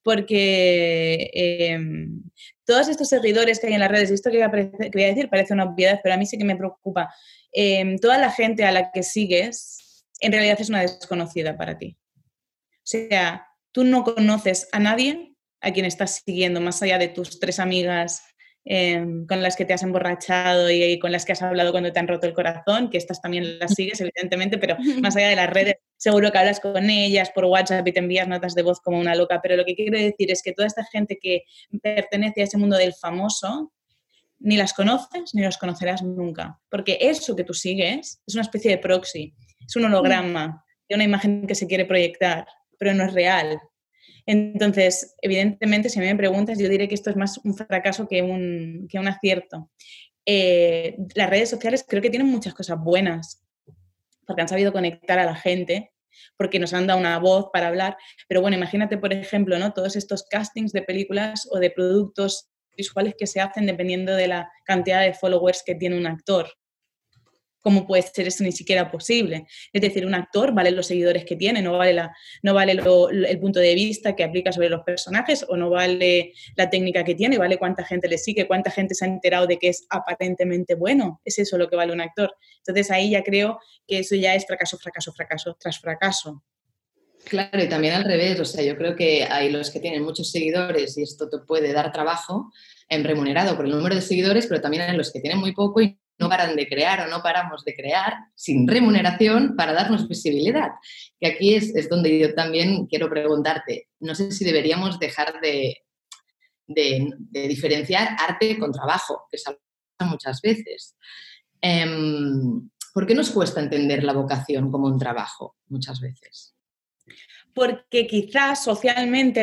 todos estos seguidores que hay en las redes, y esto que voy a decir parece una obviedad, pero a mí sí que me preocupa, toda la gente a la que sigues en realidad es una desconocida para ti. O sea, tú no conoces a nadie a quien estás siguiendo, más allá de tus 3 amigas con las que te has emborrachado y con las que has hablado cuando te han roto el corazón, que estas también las sigues, evidentemente, pero más allá de las redes, seguro que hablas con ellas por WhatsApp y te envías notas de voz como una loca, pero lo que quiero decir es que toda esta gente que pertenece a ese mundo del famoso, ni las conoces ni los conocerás nunca, porque eso que tú sigues es una especie de proxy, es un holograma de una imagen que se quiere proyectar, pero no es real. Entonces, evidentemente, si a mí me preguntas, yo diré que esto es más un fracaso que un acierto. Las redes sociales creo que tienen muchas cosas buenas, porque han sabido conectar a la gente, porque nos han dado una voz para hablar. Pero bueno, imagínate, por ejemplo, ¿no? Todos estos castings de películas o de productos visuales que se hacen dependiendo de la cantidad de followers que tiene un actor. ¿Cómo puede ser eso ni siquiera posible? Es decir, un actor vale los seguidores que tiene, no vale el punto de vista que aplica sobre los personajes o no vale la técnica que tiene, vale cuánta gente le sigue, cuánta gente se ha enterado de que es aparentemente bueno. Es eso lo que vale un actor. Entonces ahí ya creo que eso ya es fracaso tras fracaso. Claro, y también al revés, o sea, yo creo que hay los que tienen muchos seguidores y esto te puede dar trabajo remunerado por el número de seguidores, pero también hay los que tienen muy poco y no paran de crear o no paramos de crear sin remuneración para darnos visibilidad. Que aquí es donde yo también quiero preguntarte, no sé si deberíamos dejar de diferenciar arte con trabajo, que se habla muchas veces. ¿Por qué nos cuesta entender la vocación como un trabajo muchas veces? Porque quizás socialmente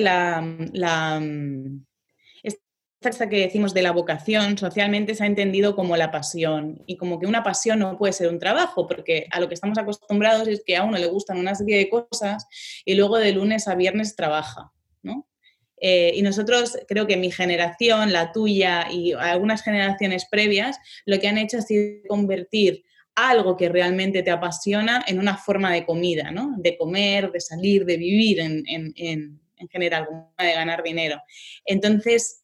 esta que decimos de la vocación, socialmente se ha entendido como la pasión y como que una pasión no puede ser un trabajo, porque a lo que estamos acostumbrados es que a uno le gustan una serie de cosas y luego de lunes a viernes trabaja, ¿no? Y nosotros, creo que mi generación, la tuya y algunas generaciones previas, lo que han hecho ha sido convertir algo que realmente te apasiona en una forma de comida, ¿no? De comer, de salir, de vivir en general, como de ganar dinero. Entonces,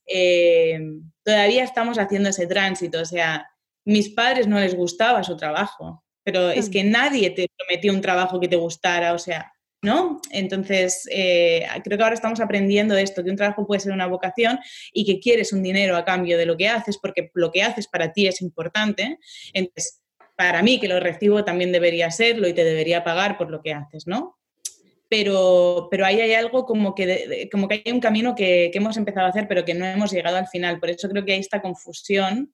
todavía estamos haciendo ese tránsito. O sea, mis padres no les gustaba su trabajo, pero es que nadie te prometió un trabajo que te gustara, o sea, ¿no? Entonces, creo que ahora estamos aprendiendo esto, que un trabajo puede ser una vocación y que quieres un dinero a cambio de lo que haces, porque lo que haces para ti es importante. Entonces, para mí, que lo recibo, también debería serlo y te debería pagar por lo que haces, ¿no? Pero ahí hay algo como que hay un camino que hemos empezado a hacer, pero que no hemos llegado al final. Por eso creo que hay esta confusión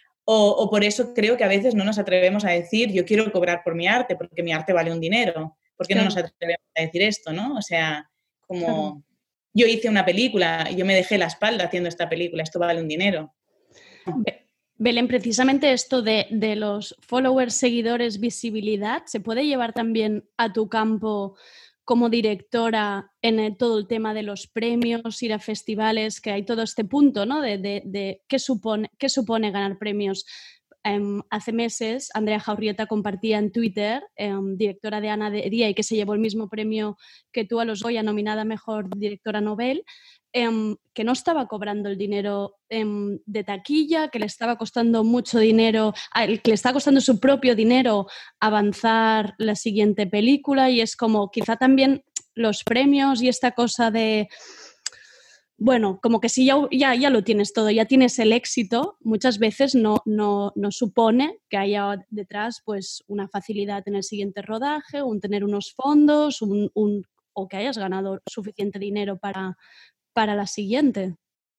o por eso creo que a veces no nos atrevemos a decir yo quiero cobrar por mi arte, porque mi arte vale un dinero. ¿Por qué no nos atrevemos a decir esto, no? O sea, como yo hice una película, yo me dejé la espalda haciendo esta película, esto vale un dinero. Belén, precisamente esto de los followers, seguidores, visibilidad, ¿se puede llevar también a tu campo como directora en todo el tema de los premios, ir a festivales, que hay todo este punto, ¿no? de qué supone ganar premios? Hace meses, Andrea Jaurrieta compartía en Twitter, directora de Ana de Día y que se llevó el mismo premio que tú a los Goya, nominada Mejor Directora Nobel, que no estaba cobrando el dinero de taquilla, que le estaba costando mucho dinero, que le está costando su propio dinero avanzar la siguiente película, y es como quizá también los premios y esta cosa de, bueno, como que si ya lo tienes todo, ya tienes el éxito, muchas veces no supone que haya detrás pues una facilidad en el siguiente rodaje, un tener unos fondos, o que hayas ganado suficiente dinero para la siguiente.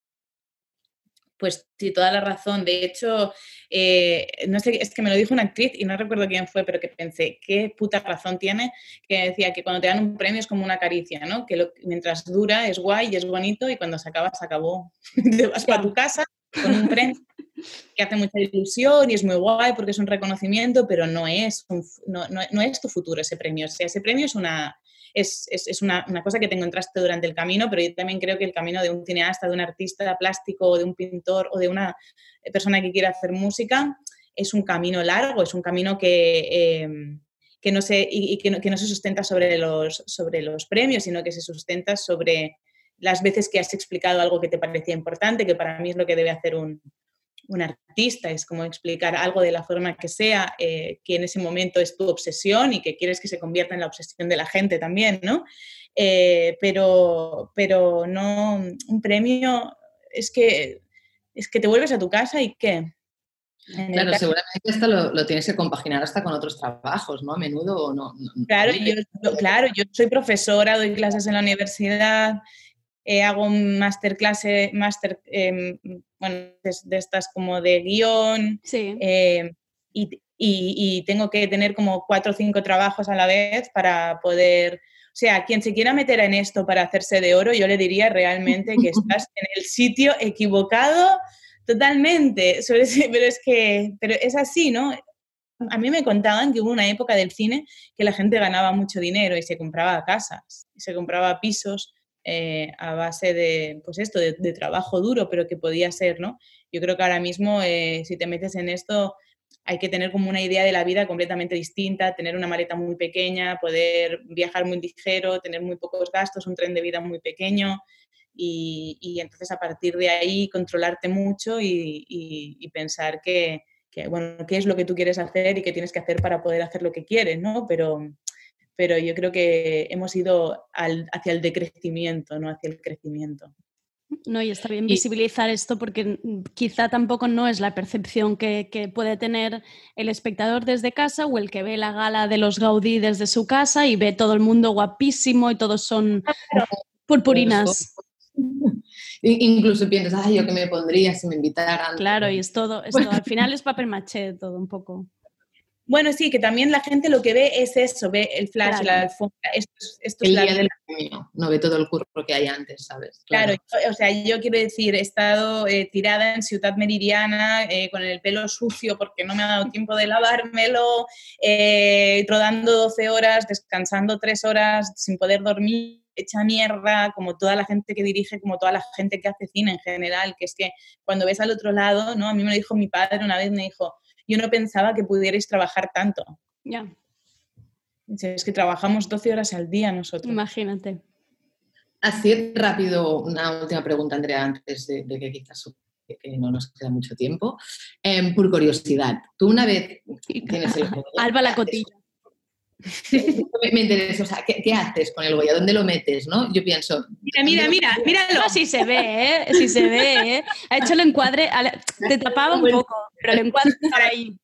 Pues sí, toda la razón. De hecho, no sé, es que me lo dijo una actriz y no recuerdo quién fue, pero que pensé, qué puta razón tiene, que decía que cuando te dan un premio es como una caricia, ¿no? Que mientras dura es guay y es bonito y cuando se acaba, se acabó. Te vas para tu casa con un premio que hace mucha ilusión y es muy guay porque es un reconocimiento, pero no es tu futuro ese premio. O sea, ese premio es una cosa que te encontraste durante el camino, pero yo también creo que el camino de un cineasta, de un artista plástico, o de un pintor o de una persona que quiera hacer música es un camino largo, es un camino que no se sustenta sobre los premios, sino que se sustenta sobre las veces que has explicado algo que te parecía importante, que para mí es lo que debe hacer un artista, es como explicar algo de la forma que sea, que en ese momento es tu obsesión y que quieres que se convierta en la obsesión de la gente también, ¿no? Pero no, un premio es que te vuelves a tu casa y ¿qué? Claro, seguramente esto lo tienes que compaginar hasta con otros trabajos, ¿no? A menudo o no. Claro, yo soy profesora, doy clases en la universidad, hago un bueno, de estas como de guión, sí. Y tengo que tener como 4 o 5 trabajos a la vez para poder... O sea, quien se quiera meter en esto para hacerse de oro, yo le diría realmente que estás en el sitio equivocado totalmente. Pero es así, ¿no? A mí me contaban que hubo una época del cine que la gente ganaba mucho dinero y se compraba casas, y se compraba pisos a base de, pues esto, de trabajo duro, pero que podía ser, ¿no? Yo creo que ahora mismo, si te metes en esto, hay que tener como una idea de la vida completamente distinta, tener una maleta muy pequeña, poder viajar muy ligero, tener muy pocos gastos, un tren de vida muy pequeño y entonces a partir de ahí controlarte mucho y pensar bueno, qué es lo que tú quieres hacer y qué tienes que hacer para poder hacer lo que quieres, ¿no? Pero yo creo que hemos ido hacia el decrecimiento, no hacia el crecimiento. No, y está bien visibilizar esto porque quizá tampoco no es la percepción que puede tener el espectador desde casa o el que ve la gala de los Gaudí desde su casa y ve todo el mundo guapísimo y todos son purpurinas. Incluso piensas, ay, ¿yo qué me pondría si me invitaran? Claro, y es todo, al final es papel maché todo un poco. Bueno, sí, que también la gente lo que ve es eso, ve el flash, Claro. la alfombra. Esto es El la día vida. del premio, no ve todo el curro que hay antes, ¿sabes? Claro, o sea, yo quiero decir, he estado tirada en Ciudad Meridiana con el pelo sucio porque no me ha dado tiempo de lavármelo, rodando 12 horas, descansando 3 horas, sin poder dormir, hecha mierda, como toda la gente que dirige, como toda la gente que hace cine en general, que es que cuando ves al otro lado, ¿no? A mí me lo dijo mi padre una vez, me dijo, yo no pensaba que pudierais trabajar tanto. Ya. Yeah. Es que trabajamos 12 horas al día nosotros. Imagínate. Así rápido, una última pregunta, Andrea, antes de que quizás que no nos queda mucho tiempo. Por curiosidad, tú una vez tienes el Goya, Alba la cotilla. Me interesa, o sea, ¿qué haces con el Goya? ¿Dónde lo metes, no? Yo pienso... Míralo. No, sí se ve, ¿eh? Sí se ve, ¿eh? Ha hecho el encuadre, te tapaba un poco, pero el encuadre estaba ahí.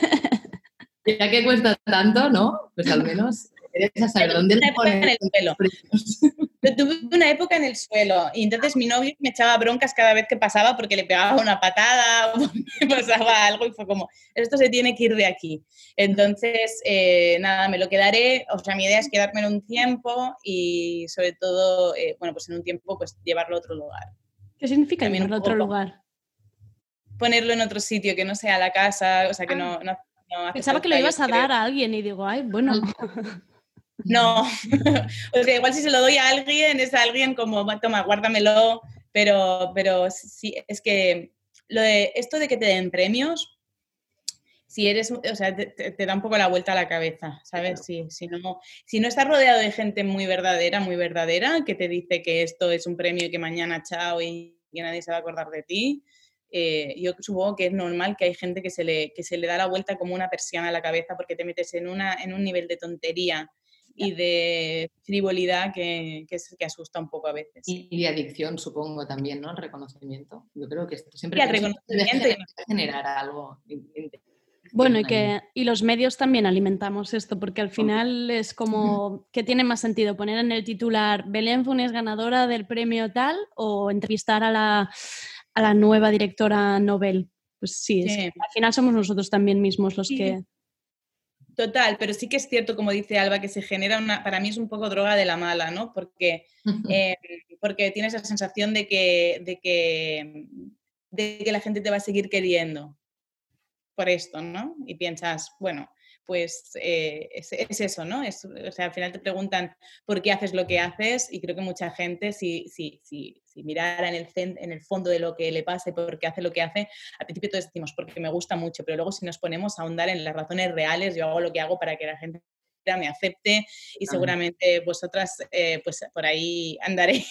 Ya que cuesta tanto, ¿no? Pues al menos interesa saber dónde lo pones. En el suelo. Yo tuve una época en el suelo y entonces mi novio me echaba broncas cada vez que pasaba porque le pegaba una patada o me pasaba algo y fue como, esto se tiene que ir de aquí. Entonces, nada, me lo quedaré, o sea, mi idea es quedármelo un tiempo y sobre todo, bueno, pues en un tiempo pues llevarlo a otro lugar. ¿Qué significa llevarlo a otro lugar? Ponerlo en otro sitio que no sea la casa, o sea, que no pensaba que lo ibas a dar a alguien y digo, ay, bueno... No, o sea, igual si se lo doy a alguien, es a alguien como, toma, guárdamelo, pero sí, es que esto de que te den premios, si eres, o sea, te da un poco la vuelta a la cabeza, ¿sabes? Claro. Si no estás rodeado de gente muy verdadera, que te dice que esto es un premio y que mañana chao y nadie se va a acordar de ti, yo supongo que es normal que hay gente que se le da la vuelta como una persiana a la cabeza porque te metes en un nivel de tontería y de frivolidad que asusta un poco a veces. Y de adicción, supongo, también, ¿no? El reconocimiento. Yo creo que esto siempre el reconocimiento debe generar algo. Bueno, y los medios también alimentamos esto, porque al final es como, ¿qué tiene más sentido? ¿Poner en el titular Belén Funes ganadora del premio tal o entrevistar a la nueva directora Nobel? Pues sí, al final somos nosotros también mismos los que... Total, pero sí que es cierto, como dice Alba, que se genera para mí es un poco droga de la mala, ¿no? Porque tienes la sensación de que la gente te va a seguir queriendo por esto, ¿no? Y piensas, bueno, pues es eso, ¿no? O sea, al final te preguntan por qué haces lo que haces y creo que mucha gente, si mirara en el fondo de lo que le pasa y por qué hace lo que hace, al principio todos decimos porque me gusta mucho, pero luego si nos ponemos a ahondar en las razones reales, yo hago lo que hago para que la gente me acepte y seguramente vosotras pues por ahí andaréis,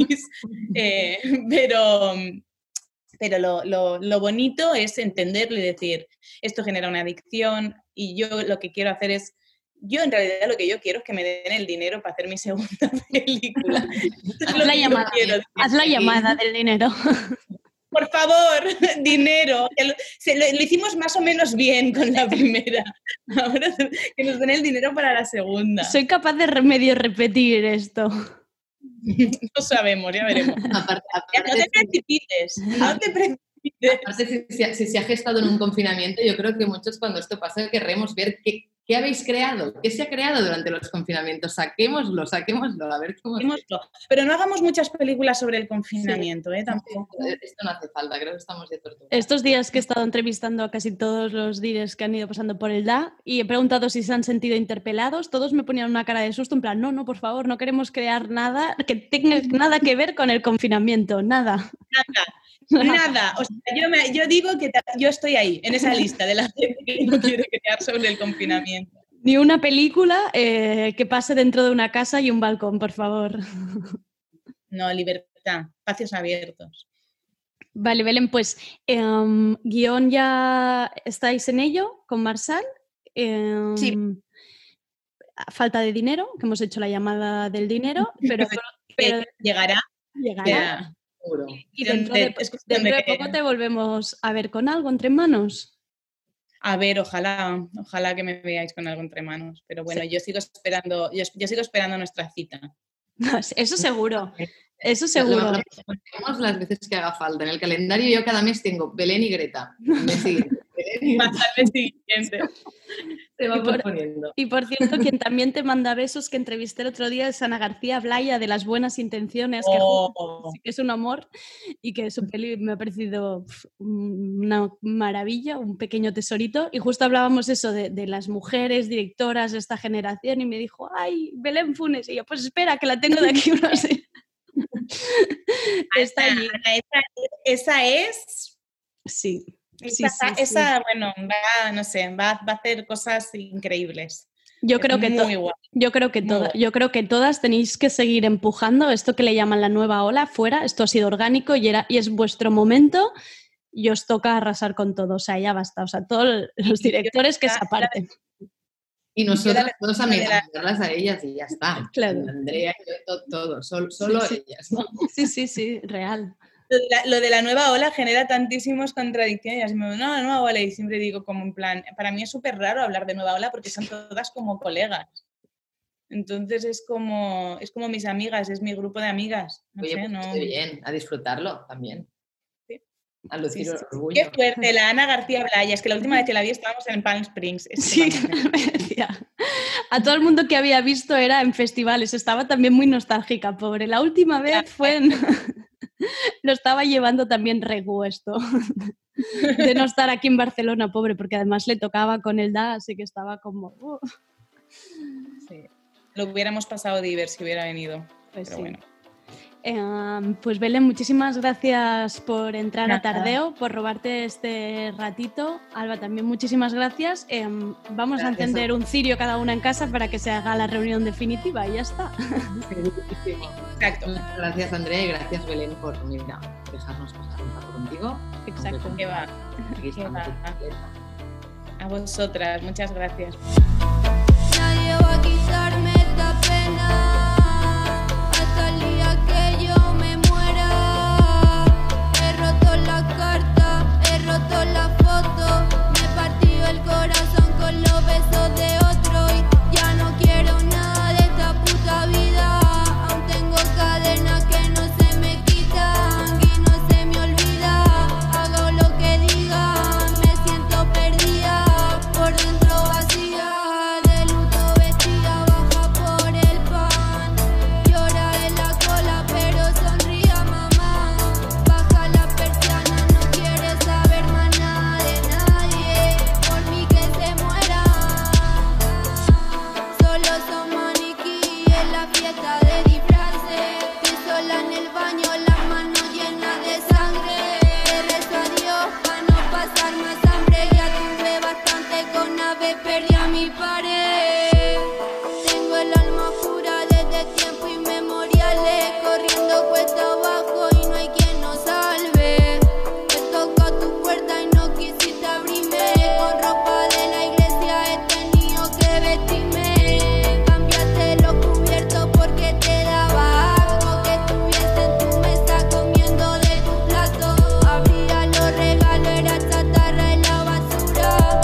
pero lo bonito es entenderlo y decir, esto genera una adicción y yo lo que quiero hacer es, yo en realidad lo que yo quiero es que me den el dinero para hacer mi segunda película. Haz la llamada del dinero. Por favor, dinero. Lo hicimos más o menos bien con la primera. Ahora que nos den el dinero para la segunda. Soy capaz de medio repetir esto. No sabemos, ya veremos. Aparte, no te precipites, no te precipites. Aparte, si se ha gestado en un confinamiento, yo creo que muchos cuando esto pasa querremos ver qué habéis creado, qué se ha creado durante los confinamientos. Saquémoslo, a ver cómo... Pero no hagamos muchas películas sobre el confinamiento, tampoco. Esto no hace falta, creo que estamos de tortura. Estos días que he estado entrevistando a casi todos los líderes que han ido pasando por el DA y he preguntado si se han sentido interpelados, todos me ponían una cara de susto en plan, no, por favor, no queremos crear nada que tenga nada que ver con el confinamiento, nada. Nada, o sea, yo digo que yo estoy ahí, en esa lista de la gente que no quiere crear sobre el confinamiento. Ni una película que pase dentro de una casa y un balcón, por favor. No, libertad, espacios abiertos. Vale, Belén, pues guión ya estáis en ello con Marsal. Sí. Falta de dinero, que hemos hecho la llamada del dinero, pero llegará. seguro. Y dentro de poco te volvemos a ver con algo entre manos. A ver, ojalá que me veáis con algo entre manos. Pero bueno, yo sigo esperando nuestra cita. Eso seguro. Lo las veces que haga falta. En el calendario yo cada mes tengo Belén y Greta. El mes siguiente. Te va proponiendo. Y por cierto, quien también te manda besos, que entrevisté el otro día, es Ana García Blaya, de Las Buenas Intenciones, que es un amor y que su peli me ha parecido una maravilla, un pequeño tesorito. Y justo hablábamos eso de las mujeres directoras de esta generación y me dijo, ¡ay, Belén Funes! Y yo, pues espera, que la tengo de aquí unos días. Está allí. Esa es... Sí. Esa, bueno, va a hacer cosas increíbles. Yo creo que todas tenéis que seguir empujando esto que le llaman la nueva ola fuera. Esto ha sido orgánico y es vuestro momento y os toca arrasar con todo. O sea, ya basta. O sea, todos los directores que se aparten. Y nosotros todos a mirarlas a ellas y ya está. Claro. Andrea y yo, todo, solo ellas. ¿No? Sí, real. Lo de la nueva ola genera tantísimas contradicciones. No, la nueva ola, y siempre digo como en plan, para mí es súper raro hablar de nueva ola porque son todas como colegas. Entonces es como mis amigas, es mi grupo de amigas. No sé, no. Estoy bien, a disfrutarlo también. Sí. A lucir orgullo. Qué fuerte, la Ana García Blaya. Es que la última vez que la vi estábamos en Palm Springs. Sí, me decía. A todo el mundo que había visto era en festivales. Estaba también muy nostálgica, pobre. La última vez fue en... Lo estaba llevando también reguesto de no estar aquí en Barcelona, pobre, porque además le tocaba con el DA, así que estaba como... Sí. Lo hubiéramos pasado de si hubiera venido, pues pero sí. Bueno. Pues Belén, muchísimas gracias por entrar a Tardeo, por robarte este ratito. Alba, también muchísimas gracias. Vamos a encender un cirio cada una en casa para que se haga la reunión definitiva y ya está. Exacto. Gracias, Andrea, y gracias, Belén, por dejarnos pasar un rato contigo. Exacto. Que va. A vosotras, muchas gracias. Nadie va a quitarme esta pena hasta el día que yo me muera. He roto la carta, he roto la foto, me he partido el corazón con los besos de otro y ya no quiero nada de esta puta vida. Aún tengo cadenas que no se me quitan y no se me olvida. Hago lo que digan, me siento perdida, por dentro vacía. Perdí a mi pared. Tengo el alma oscura desde tiempo inmemoriales, corriendo cuesta abajo y no hay quien nos salve. He tocado tu puerta y no quisiste abrirme. Con ropa de la iglesia he tenido que vestirme. Cambiaste los cubiertos porque te daba algo que estuviese en tu mesa comiendo de tu plato. Abría los regalos, era chatarra en la basura.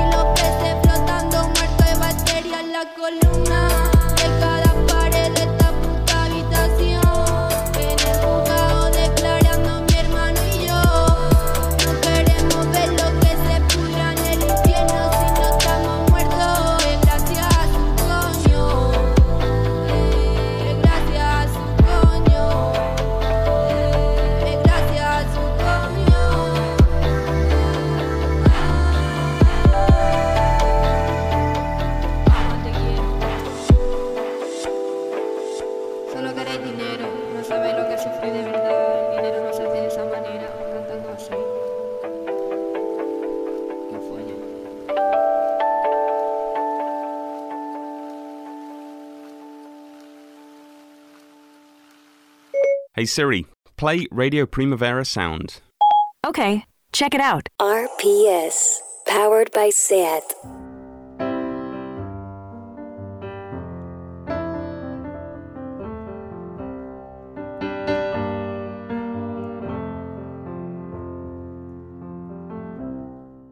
La columna de cada pared de esta puta habitación. En el juzgado declarando mi hermano y yo. No queremos ver lo que se pudra en el infierno si no estamos muertos. Gracias a su coño. Gracias a su coño. Gracias a su coño. Solo queréis dinero, no sabéis lo que sufrí de verdad. El dinero no se hace de esa manera, cantando así. ¿Qué fue? Hey Siri, play Radio Primavera Sound. Okay, check it out. RPS, powered by SAT.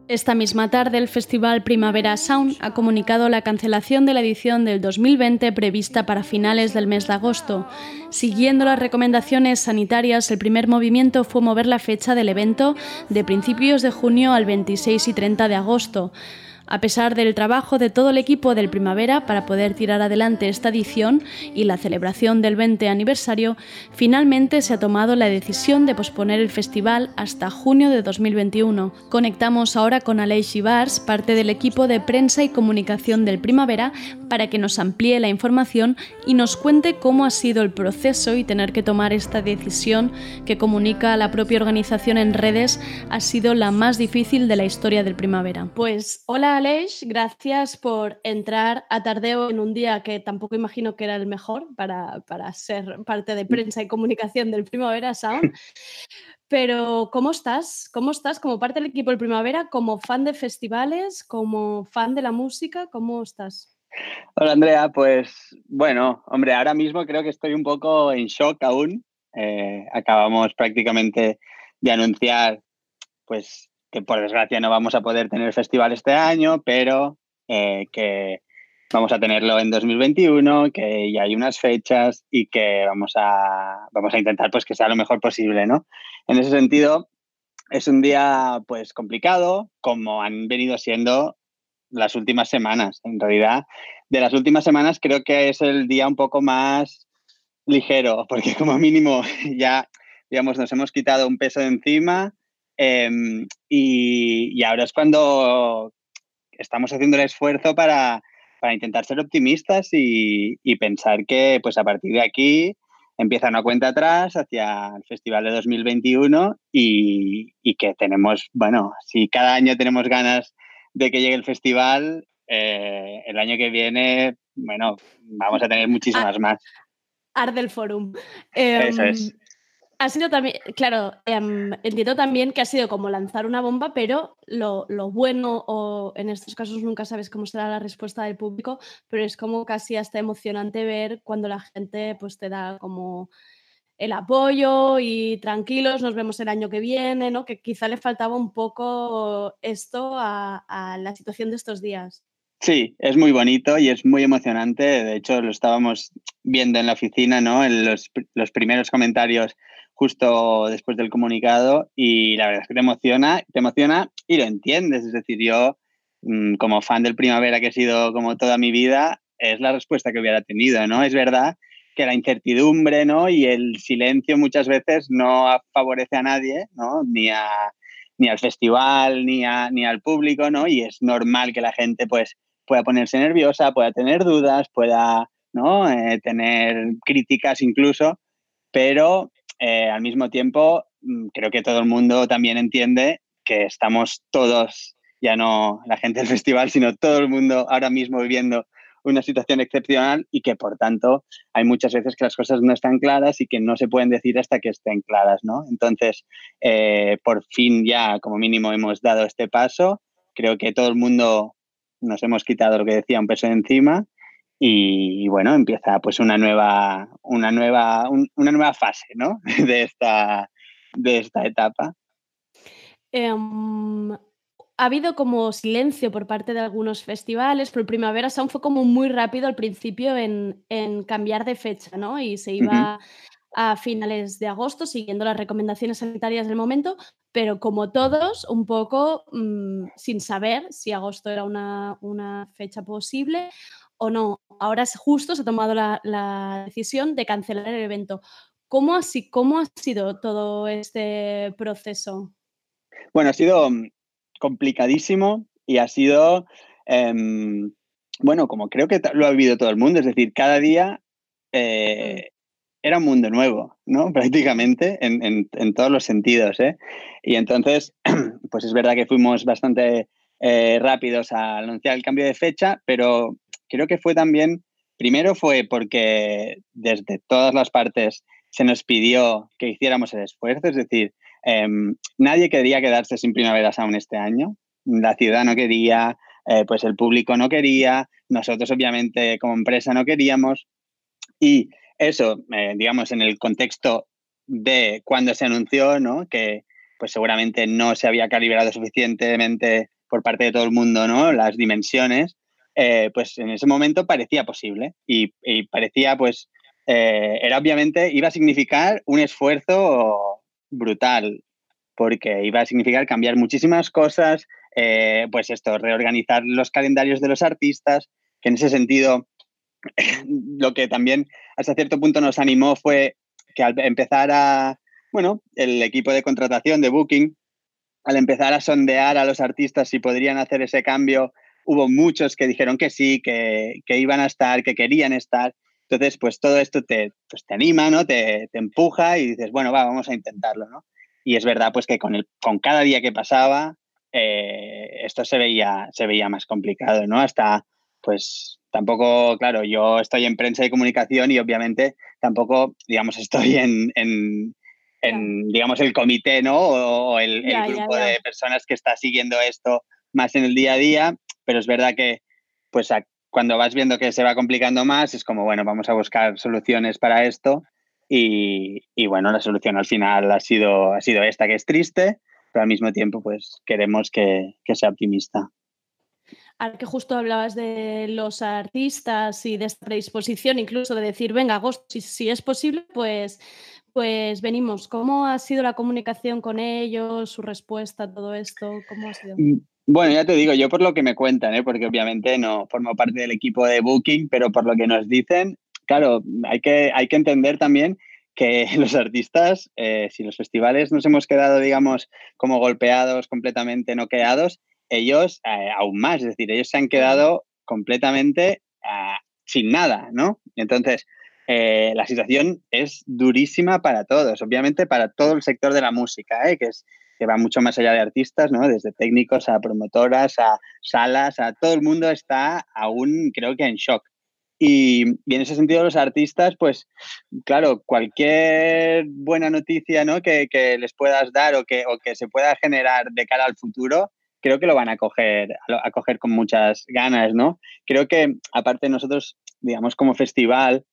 Esta misma tarde, el Festival Primavera Sound ha comunicado la cancelación de la edición del 2020 prevista para finales del mes de agosto. Siguiendo las recomendaciones sanitarias, el primer movimiento fue mover la fecha del evento de principios de junio al 26 y 30 de agosto. A pesar del trabajo de todo el equipo del Primavera para poder tirar adelante esta edición y la celebración del 20 aniversario, finalmente se ha tomado la decisión de posponer el festival hasta junio de 2021. Conectamos ahora con Aleix Ibars, parte del equipo de prensa y comunicación del Primavera, para que nos amplíe la información y nos cuente cómo ha sido el proceso y tener que tomar esta decisión que, comunica la propia organización en redes, ha sido la más difícil de la historia del Primavera. Pues hola Aleix, gracias por entrar a Tardeo en un día que tampoco imagino que era el mejor para ser parte de prensa y comunicación del Primavera Sound. Pero ¿cómo estás? ¿Cómo estás como parte del equipo del Primavera, como fan de festivales, como fan de la música? ¿Cómo estás? Hola Andrea, pues bueno, hombre, ahora mismo creo que estoy un poco en shock aún. Acabamos prácticamente de anunciar pues que por desgracia no vamos a poder tener festival este año, pero que vamos a tenerlo en 2021, que ya hay unas fechas y que vamos a intentar pues que sea lo mejor posible, ¿no? En ese sentido, es un día pues complicado, como han venido siendo las últimas semanas. En realidad, de las últimas semanas creo que es el día un poco más ligero, porque como mínimo ya, digamos, nos hemos quitado un peso de encima. Y ahora es cuando estamos haciendo el esfuerzo para intentar ser optimistas y pensar que pues a partir de aquí empieza una cuenta atrás hacia el Festival de 2021 y que tenemos, bueno, si cada año tenemos ganas de que llegue el festival, el año que viene, bueno, vamos a tener muchísimas más. Arde el Forum. Eso es. Ha sido también, claro, entiendo también que ha sido como lanzar una bomba, pero lo bueno, o en estos casos nunca sabes cómo será la respuesta del público, pero es como casi hasta emocionante ver cuando la gente pues te da como el apoyo y tranquilos, nos vemos el año que viene, ¿no? Que quizá le faltaba un poco esto a la situación de estos días. Sí, es muy bonito y es muy emocionante. De hecho, lo estábamos viendo en la oficina, ¿no? En los primeros comentarios justo después del comunicado y la verdad es que te emociona y lo entiendes. Es decir, yo como fan del Primavera que he sido como toda mi vida, es la respuesta que hubiera tenido, ¿no? Es verdad que la incertidumbre, ¿no? Y el silencio muchas veces no favorece a nadie, ¿no? Ni al festival, ni al público, ¿no? Y es normal que la gente pues pueda ponerse nerviosa, pueda tener dudas, pueda, ¿no? Tener críticas incluso, pero al mismo tiempo creo que todo el mundo también entiende que estamos todos, ya no la gente del festival, sino todo el mundo ahora mismo viviendo una situación excepcional y que por tanto hay muchas veces que las cosas no están claras y que no se pueden decir hasta que estén claras, ¿no? Entonces, por fin ya como mínimo hemos dado este paso. Creo que todo el mundo nos hemos quitado, lo que decía, un peso de encima y bueno, empieza pues una nueva fase, ¿no? de esta etapa. Ha habido como silencio por parte de algunos festivales, pero el Primavera Sound fue como muy rápido al principio en cambiar de fecha, ¿no? Y se iba a finales de agosto siguiendo las recomendaciones sanitarias del momento, pero como todos, un poco sin saber si agosto era una fecha posible o no. Ahora justo se ha tomado la decisión de cancelar el evento. ¿Cómo ha sido todo este proceso? Bueno, ha sido complicadísimo y ha sido, bueno, como creo que lo ha vivido todo el mundo, es decir, cada día era un mundo nuevo, ¿no? Prácticamente en todos los sentidos, ¿eh? Y entonces, pues es verdad que fuimos bastante rápidos a anunciar el cambio de fecha, pero creo que fue también, primero fue porque desde todas las partes se nos pidió que hiciéramos el esfuerzo, es decir, nadie quería quedarse sin Primavera Sound este año. La ciudad no quería, pues el público no quería, nosotros obviamente como empresa no queríamos. Y eso, digamos, en el contexto de cuando se anunció, ¿no? Que pues seguramente no se había calibrado suficientemente por parte de todo el mundo, ¿no? Las dimensiones, pues en ese momento parecía posible y parecía, pues, era obviamente, iba a significar un esfuerzo brutal, porque iba a significar cambiar muchísimas cosas, pues esto, reorganizar los calendarios de los artistas, que en ese sentido lo que también hasta cierto punto nos animó fue que al empezar el equipo de contratación de Booking, al empezar a sondear a los artistas si podrían hacer ese cambio, hubo muchos que dijeron que sí, que iban a estar, que querían estar. Entonces, pues todo esto te anima, ¿no? Te empuja y dices, bueno, vamos a intentarlo, ¿no? Y es verdad pues que con cada día que pasaba esto se veía más complicado, ¿no? Hasta, pues, tampoco, claro, yo estoy en prensa y comunicación y obviamente tampoco, digamos, estoy en digamos, el comité, ¿no? O el grupo de personas que está siguiendo esto más en el día a día, pero es verdad que, pues, cuando vas viendo que se va complicando más, es como, bueno, vamos a buscar soluciones para esto y bueno, la solución al final ha sido esta, que es triste, pero al mismo tiempo, pues, queremos que sea optimista. Ahora que justo hablabas de los artistas y de esta predisposición, incluso de decir, venga, agosto, si es posible, pues venimos. ¿Cómo ha sido la comunicación con ellos, su respuesta a todo esto? ¿Cómo ha sido? Bueno, ya te digo, yo por lo que me cuentan, porque obviamente no formo parte del equipo de Booking, pero por lo que nos dicen, claro, hay que entender también que los artistas, si los festivales nos hemos quedado, digamos, como golpeados, completamente noqueados, ellos aún más, es decir, ellos se han quedado completamente sin nada, ¿no? Entonces, la situación es durísima para todos, obviamente para todo el sector de la música, que va mucho más allá de artistas, ¿no? Desde técnicos a promotoras, a salas, a todo el mundo está aún, creo que, en shock. Y en ese sentido los artistas, pues, claro, cualquier buena noticia, ¿no? que les puedas dar o que se pueda generar de cara al futuro, creo que lo van a coger con muchas ganas, ¿no? Creo que, aparte nosotros, digamos, como festival,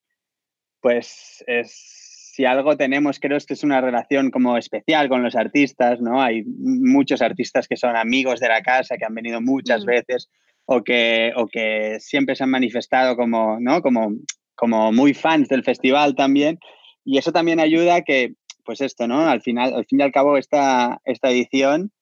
pues si algo tenemos, creo que es una relación como especial con los artistas, ¿no? Hay muchos artistas que son amigos de la casa, que han venido muchas veces o que siempre se han manifestado como, ¿no? como muy fans del festival también. Y eso también ayuda a que, pues esto, ¿no? Al fin y al cabo, esta edición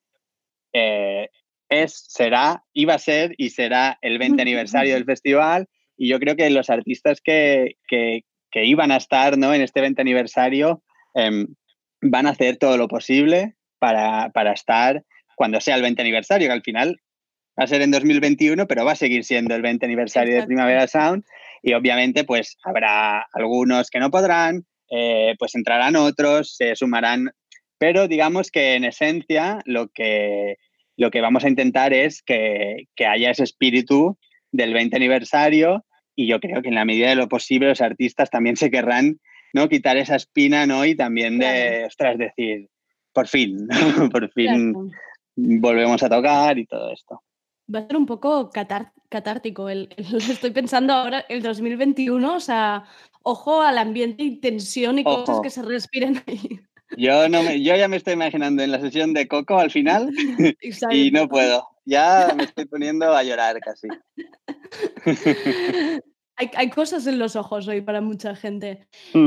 iba a ser y será el 20 aniversario del festival, y yo creo que los artistas que iban a estar, ¿no? en este 20 aniversario van a hacer todo lo posible para estar cuando sea el 20 aniversario, que al final va a ser en 2021, pero va a seguir siendo el 20 aniversario de Primavera Sound, y obviamente pues habrá algunos que no podrán, pues entrarán otros, se sumarán, pero digamos que en esencia lo que vamos a intentar es que haya ese espíritu del 20 aniversario, y yo creo que en la medida de lo posible los artistas también se querrán, ¿no? quitar esa espina, ¿no? Y también decir, por fin, por fin volvemos a tocar y todo esto. Va a ser un poco catártico. Estoy pensando ahora, el 2021, o sea, ojo al ambiente y tensión y cosas que se respiren ahí. Yo ya me estoy imaginando en la sesión de Coco al final y no puedo. Ya me estoy poniendo a llorar casi. Hay cosas en los ojos hoy para mucha gente.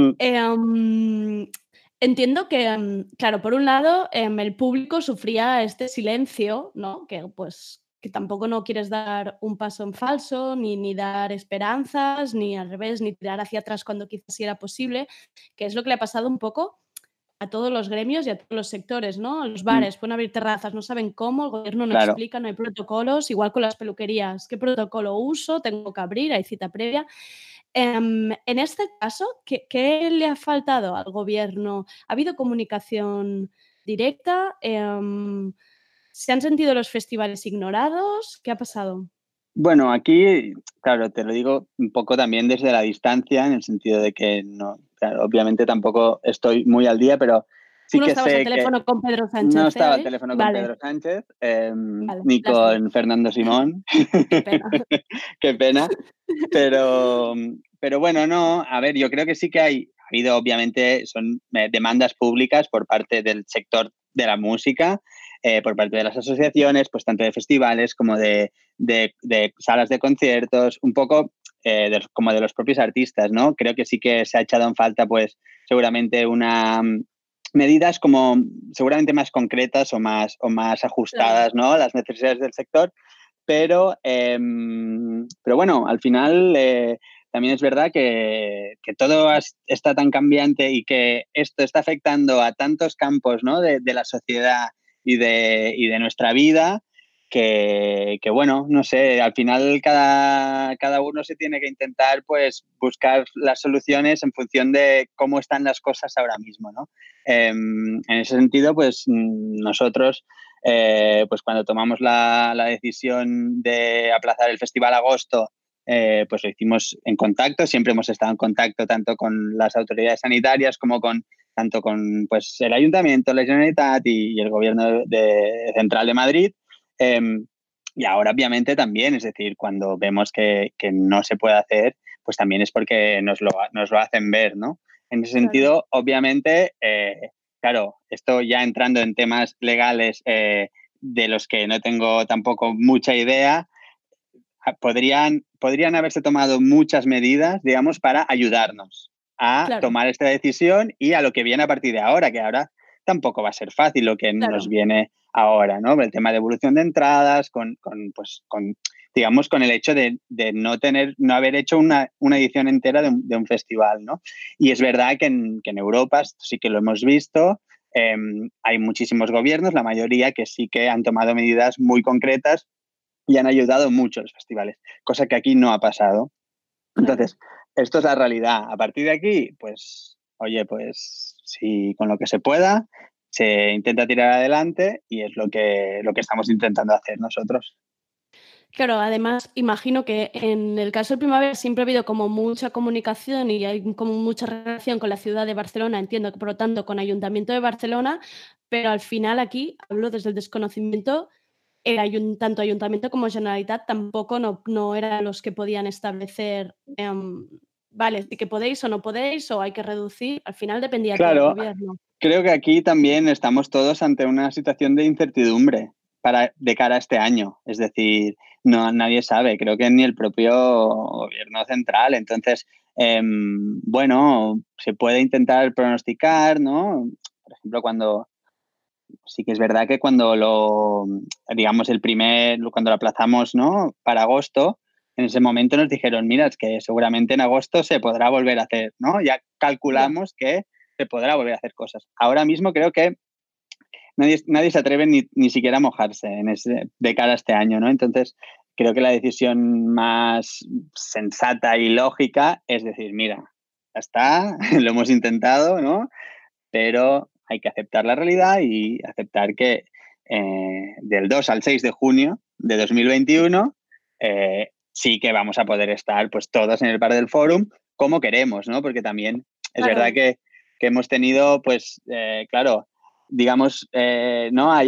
Entiendo que, claro, por un lado, el público sufría este silencio, ¿no? Que tampoco no quieres dar un paso en falso, ni dar esperanzas, ni al revés, ni tirar hacia atrás cuando quizás sí era posible, que es lo que le ha pasado un poco a todos los gremios y a todos los sectores, ¿no? Los bares pueden abrir terrazas, no saben cómo, el gobierno no explica, no hay protocolos, igual con las peluquerías. ¿Qué protocolo uso? Tengo que abrir, hay cita previa. En este caso, ¿qué le ha faltado al gobierno? ¿Ha habido comunicación directa? ¿Se han sentido los festivales ignorados? ¿Qué ha pasado? Bueno, aquí, claro, te lo digo un poco también desde la distancia, en el sentido de que no, claro, obviamente tampoco estoy muy al día, pero sí que sé que... ¿No estabas al teléfono con Pedro Sánchez? No estaba al teléfono con Pedro Sánchez, ni con Fernando Simón. Qué pena. Qué pena. Pero bueno, no, a ver, yo creo que sí que ha habido, obviamente, son demandas públicas por parte del sector de la música. por parte de las asociaciones, pues tanto de festivales como de salas de conciertos, un poco como de los propios artistas, ¿no? Creo que sí que se ha echado en falta, pues, seguramente medidas como seguramente más concretas o más ajustadas, ¿no? A las necesidades del sector, pero bueno, al final también es verdad que todo está tan cambiante y que esto está afectando a tantos campos, ¿no? de la sociedad y de nuestra vida, que bueno, no sé, al final cada uno se tiene que intentar pues buscar las soluciones en función de cómo están las cosas ahora mismo, ¿no? En ese sentido, pues nosotros, pues cuando tomamos la decisión de aplazar el Festival a agosto, pues lo hicimos en contacto, siempre hemos estado en contacto tanto con las autoridades sanitarias como tanto con pues, el Ayuntamiento, la Generalitat y el Gobierno Central de Madrid. Y ahora obviamente también, es decir, cuando vemos que no se puede hacer, pues también es porque nos lo hacen ver, ¿no? En ese sentido, obviamente, claro, esto ya entrando en temas legales de los que no tengo tampoco mucha idea, podrían haberse tomado muchas medidas, digamos, para ayudarnos a tomar esta decisión y a lo que viene a partir de ahora, que ahora tampoco va a ser fácil lo que nos viene ahora, ¿no? El tema de evolución de entradas, con el hecho de no haber hecho una edición entera de un festival, ¿no? Y es verdad que en Europa, esto sí que lo hemos visto, hay muchísimos gobiernos, la mayoría que sí que han tomado medidas muy concretas y han ayudado mucho a los festivales, cosa que aquí no ha pasado. Entonces, esto es la realidad. A partir de aquí, pues, oye, pues si con lo que se pueda se intenta tirar adelante y es lo que estamos intentando hacer nosotros. Claro, además imagino que en el caso de Primavera siempre ha habido como mucha comunicación y hay como mucha relación con la ciudad de Barcelona, entiendo que por lo tanto con Ayuntamiento de Barcelona, pero al final aquí, hablo desde el desconocimiento, tanto Ayuntamiento como Generalitat tampoco no eran los que podían establecer, vale, sí que podéis o no podéis o hay que reducir, al final dependía todo del gobierno. Creo que aquí también estamos todos ante una situación de incertidumbre de cara a este año. Es decir, nadie sabe, creo que ni el propio gobierno central. Entonces, bueno, se puede intentar pronosticar, ¿no? Por ejemplo, sí que es verdad que cuando lo aplazamos, ¿no? Para agosto, en ese momento nos dijeron, mira, es que seguramente en agosto se podrá volver a hacer, ¿no? Ya calculamos que se podrá volver a hacer cosas. Ahora mismo creo que nadie se atreve ni siquiera a mojarse de cara a este año, ¿no? Entonces, creo que la decisión más sensata y lógica es decir, mira, ya está, lo hemos intentado, ¿no? Pero hay que aceptar la realidad y aceptar que del 2 al 6 de junio de 2021 sí que vamos a poder estar pues todos en el Bar del Fòrum como queremos, ¿no? Porque también es verdad que hemos tenido, pues, claro, digamos, ¿no? Hay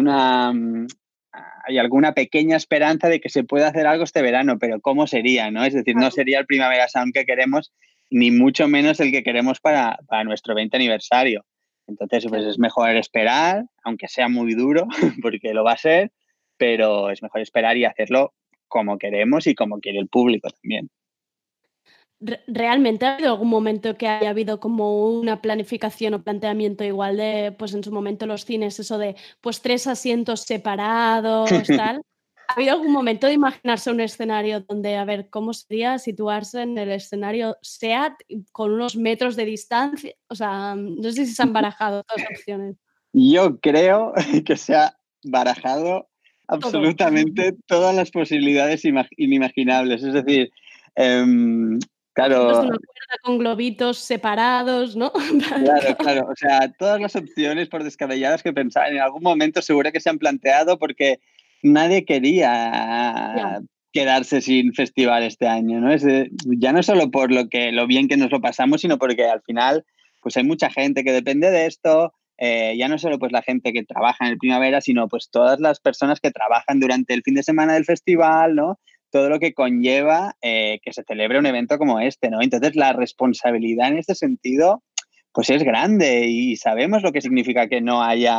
alguna pequeña esperanza de que se pueda hacer algo este verano, pero ¿cómo sería, no? Es decir, no sería el Primavera Sound que queremos, ni mucho menos el que queremos para nuestro 20 aniversario. Entonces, pues es mejor esperar, aunque sea muy duro, porque lo va a ser, pero es mejor esperar y hacerlo como queremos y como quiere el público también. ¿Realmente ha habido algún momento que haya habido como una planificación o planteamiento igual de, pues en su momento los cines, eso de, pues 3 asientos separados, tal? ¿Ha habido algún momento de imaginarse un escenario donde, a ver, cómo sería situarse en el escenario SEAT con unos metros de distancia? O sea, no sé si se han barajado todas las opciones. Yo creo que se ha barajado absolutamente todas las posibilidades inimaginables. Es decir, claro. Una cuerda con globitos separados, ¿no? Claro. O sea, todas las opciones, por descabelladas que pensar, en algún momento seguro que se han planteado porque nadie quería quedarse sin festival este año, ¿no? Ya no solo por lo bien que nos lo pasamos, sino porque al final pues hay mucha gente que depende de esto. Ya no solo pues la gente que trabaja en el Primavera, sino pues todas las personas que trabajan durante el fin de semana del festival, ¿no? Todo lo que conlleva que se celebre un evento como este, ¿no? Entonces, la responsabilidad en este sentido, pues es grande y sabemos lo que significa que no haya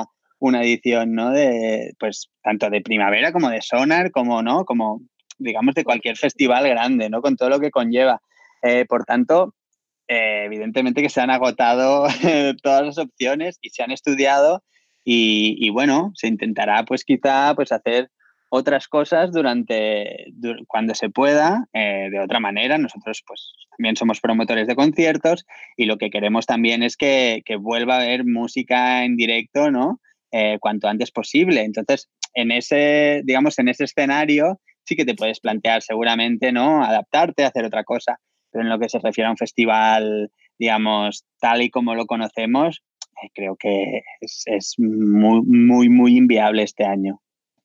una edición, ¿no? De, pues, tanto de primavera como de Sonar, como, ¿no? Como, digamos, de cualquier festival grande, ¿no? Con todo lo que conlleva. Por tanto, evidentemente que se han agotado todas las opciones y se han estudiado y bueno, se intentará pues quizá pues hacer otras cosas cuando se pueda, de otra manera. Nosotros pues también somos promotores de conciertos y lo que queremos también es que vuelva a haber música en directo, ¿no? Cuanto antes posible. Entonces, en ese escenario sí que te puedes plantear seguramente, ¿no? Adaptarte, hacer otra cosa, pero en lo que se refiere a un festival, digamos, tal y como lo conocemos, creo que es muy, muy, muy inviable este año.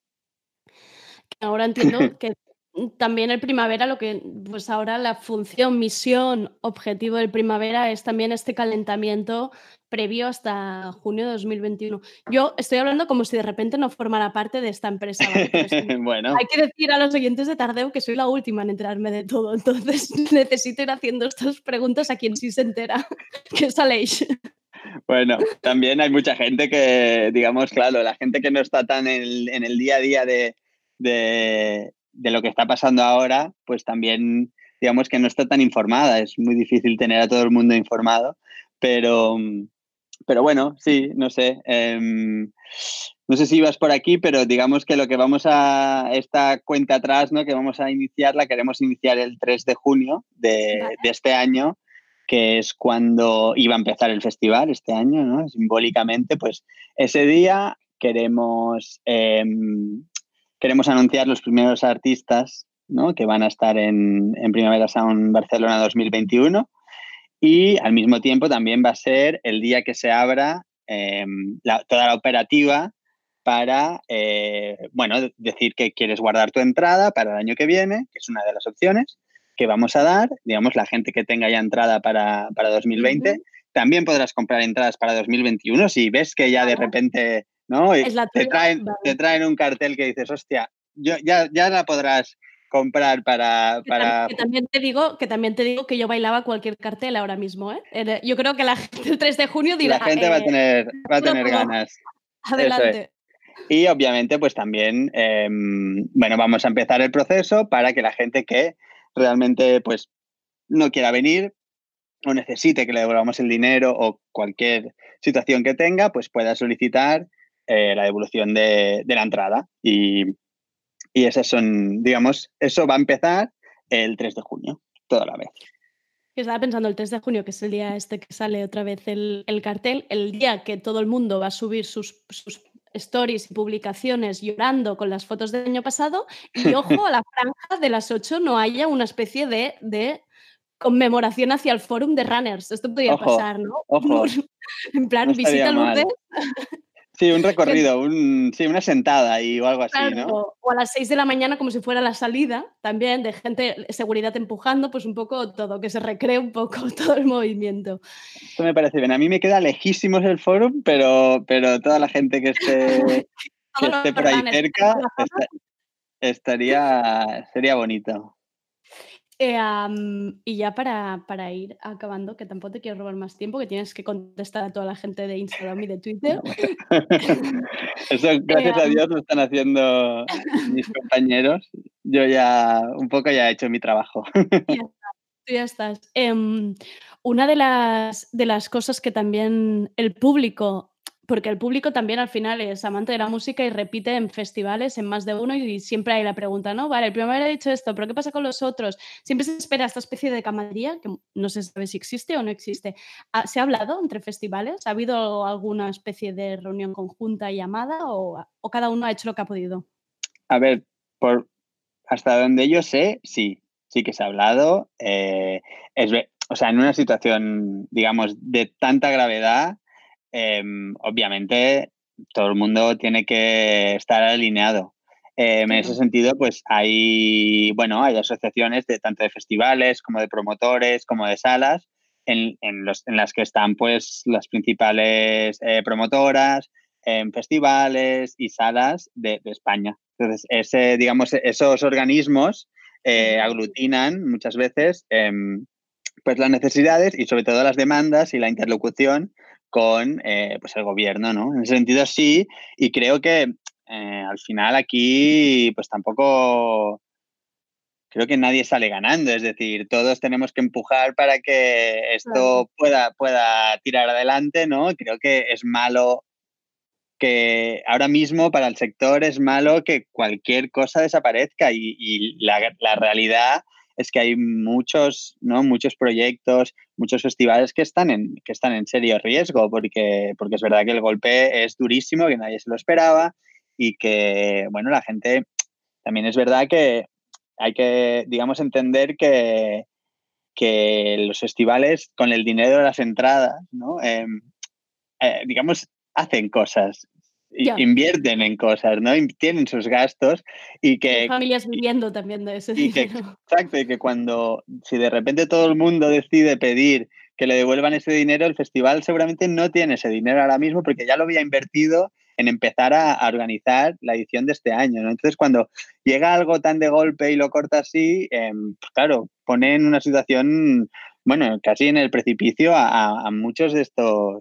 Ahora entiendo que también el Primavera, pues ahora la función, misión, objetivo del Primavera es también este calentamiento previo hasta junio de 2021. Yo estoy hablando como si de repente no formara parte de esta empresa, ¿vale? Bueno. Hay que decir a los oyentes de Tardeo que soy la última en enterarme de todo, entonces necesito ir haciendo estas preguntas a quien sí se entera, que es Aleix. Bueno, también hay mucha gente que, digamos, claro, la gente que no está tan en el día a día de lo que está pasando ahora, pues también, digamos, que no está tan informada. Es muy difícil tener a todo el mundo informado, pero bueno, sí, no sé. No sé si ibas por aquí, pero digamos que lo que esta cuenta atrás, ¿no? Que vamos a iniciar, la queremos iniciar el 3 de junio de este año, que es cuando iba a empezar el festival este año, ¿no? Simbólicamente, pues ese día queremos anunciar los primeros artistas, ¿no? Que van a estar en Primavera Sound Barcelona 2021 y al mismo tiempo también va a ser el día que se abra toda la operativa para, decir que quieres guardar tu entrada para el año que viene, que es una de las opciones que vamos a dar. Digamos, la gente que tenga ya entrada para 2020, también podrás comprar entradas para 2021 si ves que ya de repente, ¿no? Te traen un cartel que dices, hostia, ya la podrás comprar para... Que también te digo que yo bailaba cualquier cartel ahora mismo, ¿eh? Yo creo que la gente el 3 de junio dirá... La gente va a tener ganas. Adelante. Y obviamente pues también, vamos a empezar el proceso para que la gente que realmente pues no quiera venir o necesite que le devolvamos el dinero o cualquier situación que tenga, pues pueda solicitar la devolución de la entrada. Y esas son, digamos, eso va a empezar el 3 de junio, toda la vez. Estaba pensando el 3 de junio, que es el día este que sale otra vez el cartel, el día que todo el mundo va a subir sus stories y publicaciones llorando con las fotos del año pasado y, ojo, a la franja de las 8 no haya una especie de conmemoración hacia el fórum de runners. Esto podría pasar, ¿no? Ojo. En plan, no visita Lourdes. Sí, un recorrido, una sentada o algo así, claro, ¿no? O a las 6 de la mañana como si fuera la salida, también de gente, seguridad empujando, pues un poco todo, que se recree un poco todo el movimiento. Esto me parece bien. A mí me queda lejísimos el fórum, pero toda la gente que esté por ahí cerca sería bonito. Y ya para ir acabando, que tampoco te quiero robar más tiempo, que tienes que contestar a toda la gente de Instagram y de Twitter. Eso, gracias a Dios, lo están haciendo mis compañeros. Yo ya he hecho mi trabajo. Tú ya estás. Una de las cosas que también el público... Porque el público también al final es amante de la música y repite en festivales, en más de uno, y siempre hay la pregunta, ¿no? Vale, el primero ha dicho esto, pero ¿qué pasa con los otros? Siempre se espera esta especie de camaradería, que no se sabe si existe o no existe. ¿Se ha hablado entre festivales? ¿Ha habido alguna especie de reunión conjunta y llamada o cada uno ha hecho lo que ha podido? A ver, hasta donde yo sé, sí que se ha hablado. En una situación, digamos, de tanta gravedad, obviamente todo el mundo tiene que estar alineado. En ese sentido, pues hay asociaciones tanto de festivales como de promotores, como de salas, en las que están pues las principales promotoras, festivales y salas de España. Entonces, esos organismos aglutinan muchas veces pues las necesidades y sobre todo las demandas y la interlocución con pues el gobierno, ¿no? En ese sentido sí, y creo que al final aquí pues tampoco creo que nadie sale ganando, es decir, todos tenemos que empujar para que esto pueda tirar adelante, ¿no? Creo que es malo que ahora mismo para el sector es malo que cualquier cosa desaparezca y la realidad es que hay muchos proyectos, muchos festivales que están en serio riesgo porque es verdad que el golpe es durísimo, que nadie se lo esperaba y que, bueno, la gente también es verdad que hay que, digamos, entender que los festivales con el dinero de las entradas, ¿no? Digamos, hacen cosas, invierten en cosas, ¿no? Tienen sus gastos y que... Hay familias viviendo también de ese dinero. Exacto, y que si de repente todo el mundo decide pedir que le devuelvan ese dinero, el festival seguramente no tiene ese dinero ahora mismo porque ya lo había invertido en empezar a organizar la edición de este año, ¿no? Entonces, cuando llega algo tan de golpe y lo corta así, claro, pone en una situación, bueno, casi en el precipicio a muchos de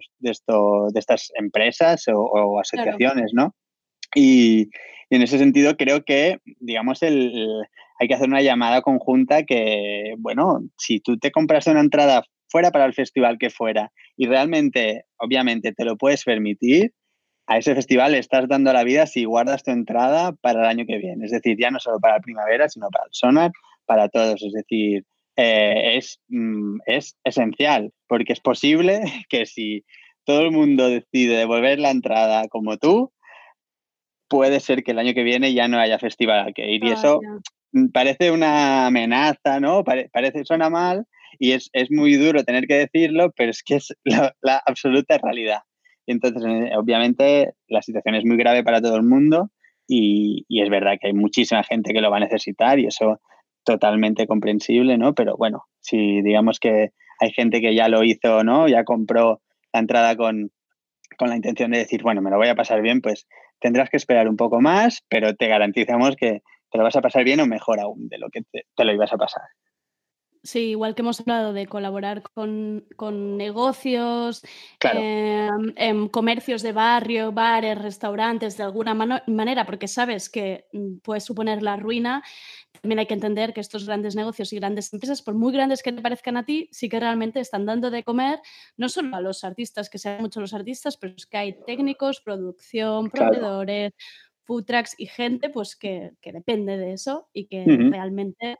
estas empresas o asociaciones, ¿no? Y en ese sentido creo que, digamos, hay que hacer una llamada conjunta que, bueno, si tú te compras una entrada fuera para el festival que fuera y realmente, obviamente, te lo puedes permitir, a ese festival le estás dando la vida si guardas tu entrada para el año que viene. Es decir, ya no solo para la primavera, sino para el Sonar, para todos. Es decir, es esencial, porque es posible que si todo el mundo decide devolver la entrada como tú, puede ser que el año que viene ya no haya festival al que ir. Y eso parece una amenaza, ¿no? Suena mal y es muy duro tener que decirlo, pero es que es la absoluta realidad. Y entonces, obviamente, la situación es muy grave para todo el mundo y es verdad que hay muchísima gente que lo va a necesitar y eso totalmente comprensible, ¿no? Pero bueno, si digamos que hay gente que ya lo hizo, ¿no? Ya compró la entrada con la intención de decir, bueno, me lo voy a pasar bien, pues tendrás que esperar un poco más, pero te garantizamos que te lo vas a pasar bien o mejor aún de lo que te lo ibas a pasar. Sí, igual que hemos hablado de colaborar con negocios, claro. Comercios de barrio, bares, restaurantes, de alguna manera, porque sabes que puede suponer la ruina, también hay que entender que estos grandes negocios y grandes empresas, por muy grandes que te parezcan a ti, sí que realmente están dando de comer no solo a los artistas, que sean muchos los artistas, pero es que hay técnicos, producción, proveedores, food trucks y gente pues que depende de eso y que realmente...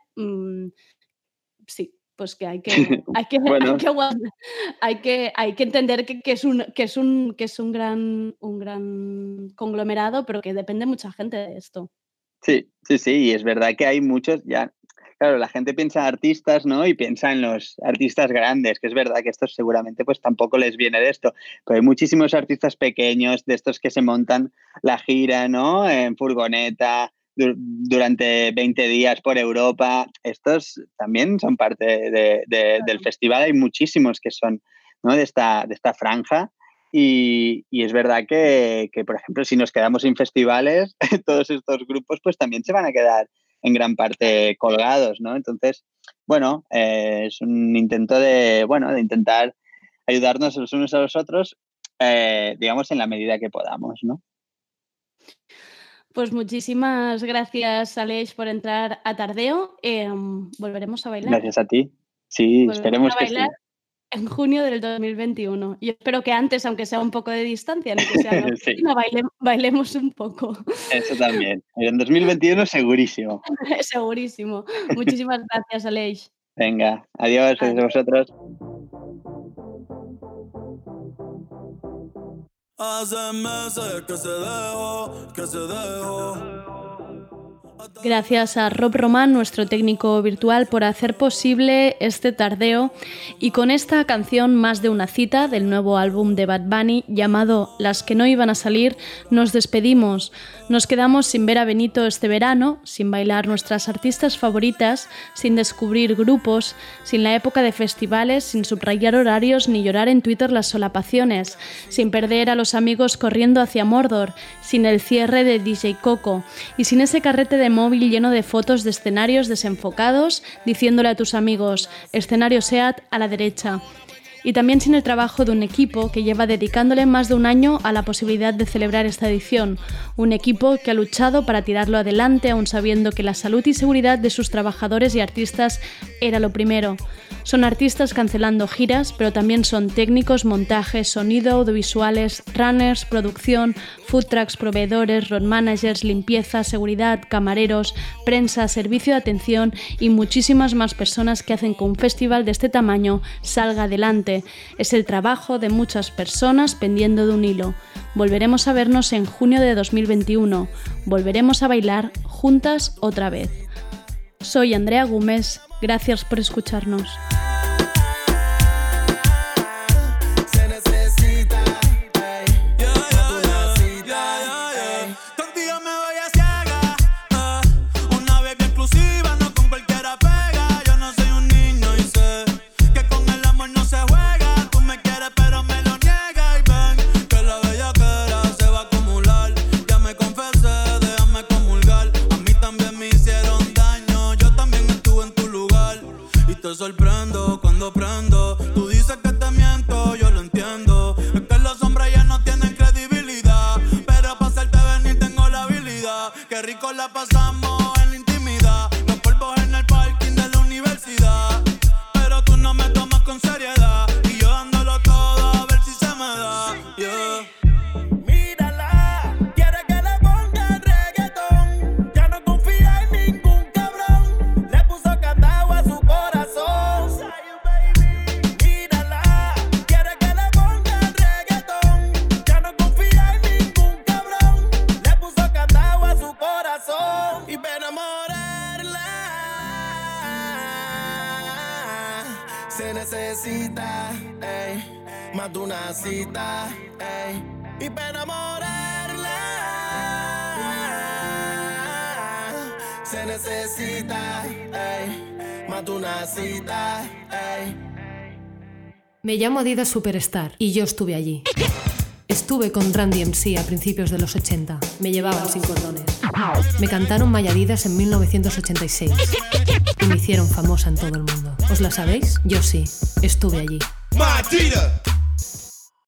sí, pues que hay que bueno. hay que entender que es un gran conglomerado, pero que depende mucha gente de esto. Sí, y es verdad que hay muchos ya. Claro, la gente piensa en artistas, ¿no? Y piensa en los artistas grandes, que es verdad que estos seguramente pues tampoco les viene de esto, pero hay muchísimos artistas pequeños, de estos que se montan la gira, ¿no? En furgoneta, durante 20 días por Europa. Estos también son parte del festival. Hay muchísimos que son, ¿no? de esta franja. Y es verdad que, por ejemplo, si nos quedamos sin festivales, todos estos grupos pues también se van a quedar en gran parte colgados, ¿no? Entonces, bueno, es un intento de intentar ayudarnos los unos a los otros, digamos, en la medida que podamos, ¿no? Pues muchísimas gracias, Aleix, por entrar a Tardeo. Volveremos a bailar. Gracias a ti. Sí, esperemos que sí. En junio del 2021. Y espero que antes, aunque sea un poco de distancia, no que sea sí. bailemos un poco. Eso también. En 2021 segurísimo. Segurísimo. Muchísimas gracias, Aleix. Venga, adiós. Gracias a vosotros. Hace meses que se dejó. Gracias a Rob Román, nuestro técnico virtual, por hacer posible este tardeo. Y con esta canción, Más de una cita, del nuevo álbum de Bad Bunny, llamado Las que no iban a salir, nos despedimos. Nos quedamos sin ver a Benito este verano, sin bailar nuestras artistas favoritas, sin descubrir grupos, sin la época de festivales, sin subrayar horarios ni llorar en Twitter las solapaciones, sin perder a los amigos corriendo hacia Mordor, sin el cierre de DJ Coco y sin ese carrete de móvil lleno de fotos de escenarios desenfocados diciéndole a tus amigos, escenario SEAT a la derecha. y también sin el trabajo de un equipo que lleva dedicándole más de un año a la posibilidad de celebrar esta edición, un equipo que ha luchado para tirarlo adelante aún sabiendo que la salud y seguridad de sus trabajadores y artistas era lo primero. Son artistas cancelando giras, pero también son técnicos, montajes, sonido, audiovisuales, runners, producción, food trucks, proveedores, road managers, limpieza, seguridad, camareros, prensa, servicio de atención y muchísimas más personas que hacen que un festival de este tamaño salga adelante. Es el trabajo de muchas personas pendiendo de un hilo. Volveremos a vernos en junio de 2021. Volveremos a bailar juntas otra vez. Soy Andrea Gómez. Gracias por escucharnos. Te sorprendo cuando prendo. Tú dices que te miento, yo lo entiendo. Es que los hombres ya no tienen credibilidad, pero para hacerte venir tengo la habilidad. Qué rico la pasamos en la intimidad, los polvos en el parking de la universidad. Pero tú no me tomas con seriedad y yo dándolo todo a ver si se me da. Yeah. Se necesita, ey, más de una cita, ey, y para enamorarla se necesita, ey, más de una cita, ey. Me llamo Adidas Superstar y yo estuve allí. Estuve con Run DMC a principios de los 80. Me llevaban sin cordones. Me cantaron My Adidas en 1986 y me hicieron famosa en todo el mundo. ¿Os la sabéis? Yo sí, estuve allí. My Adidas.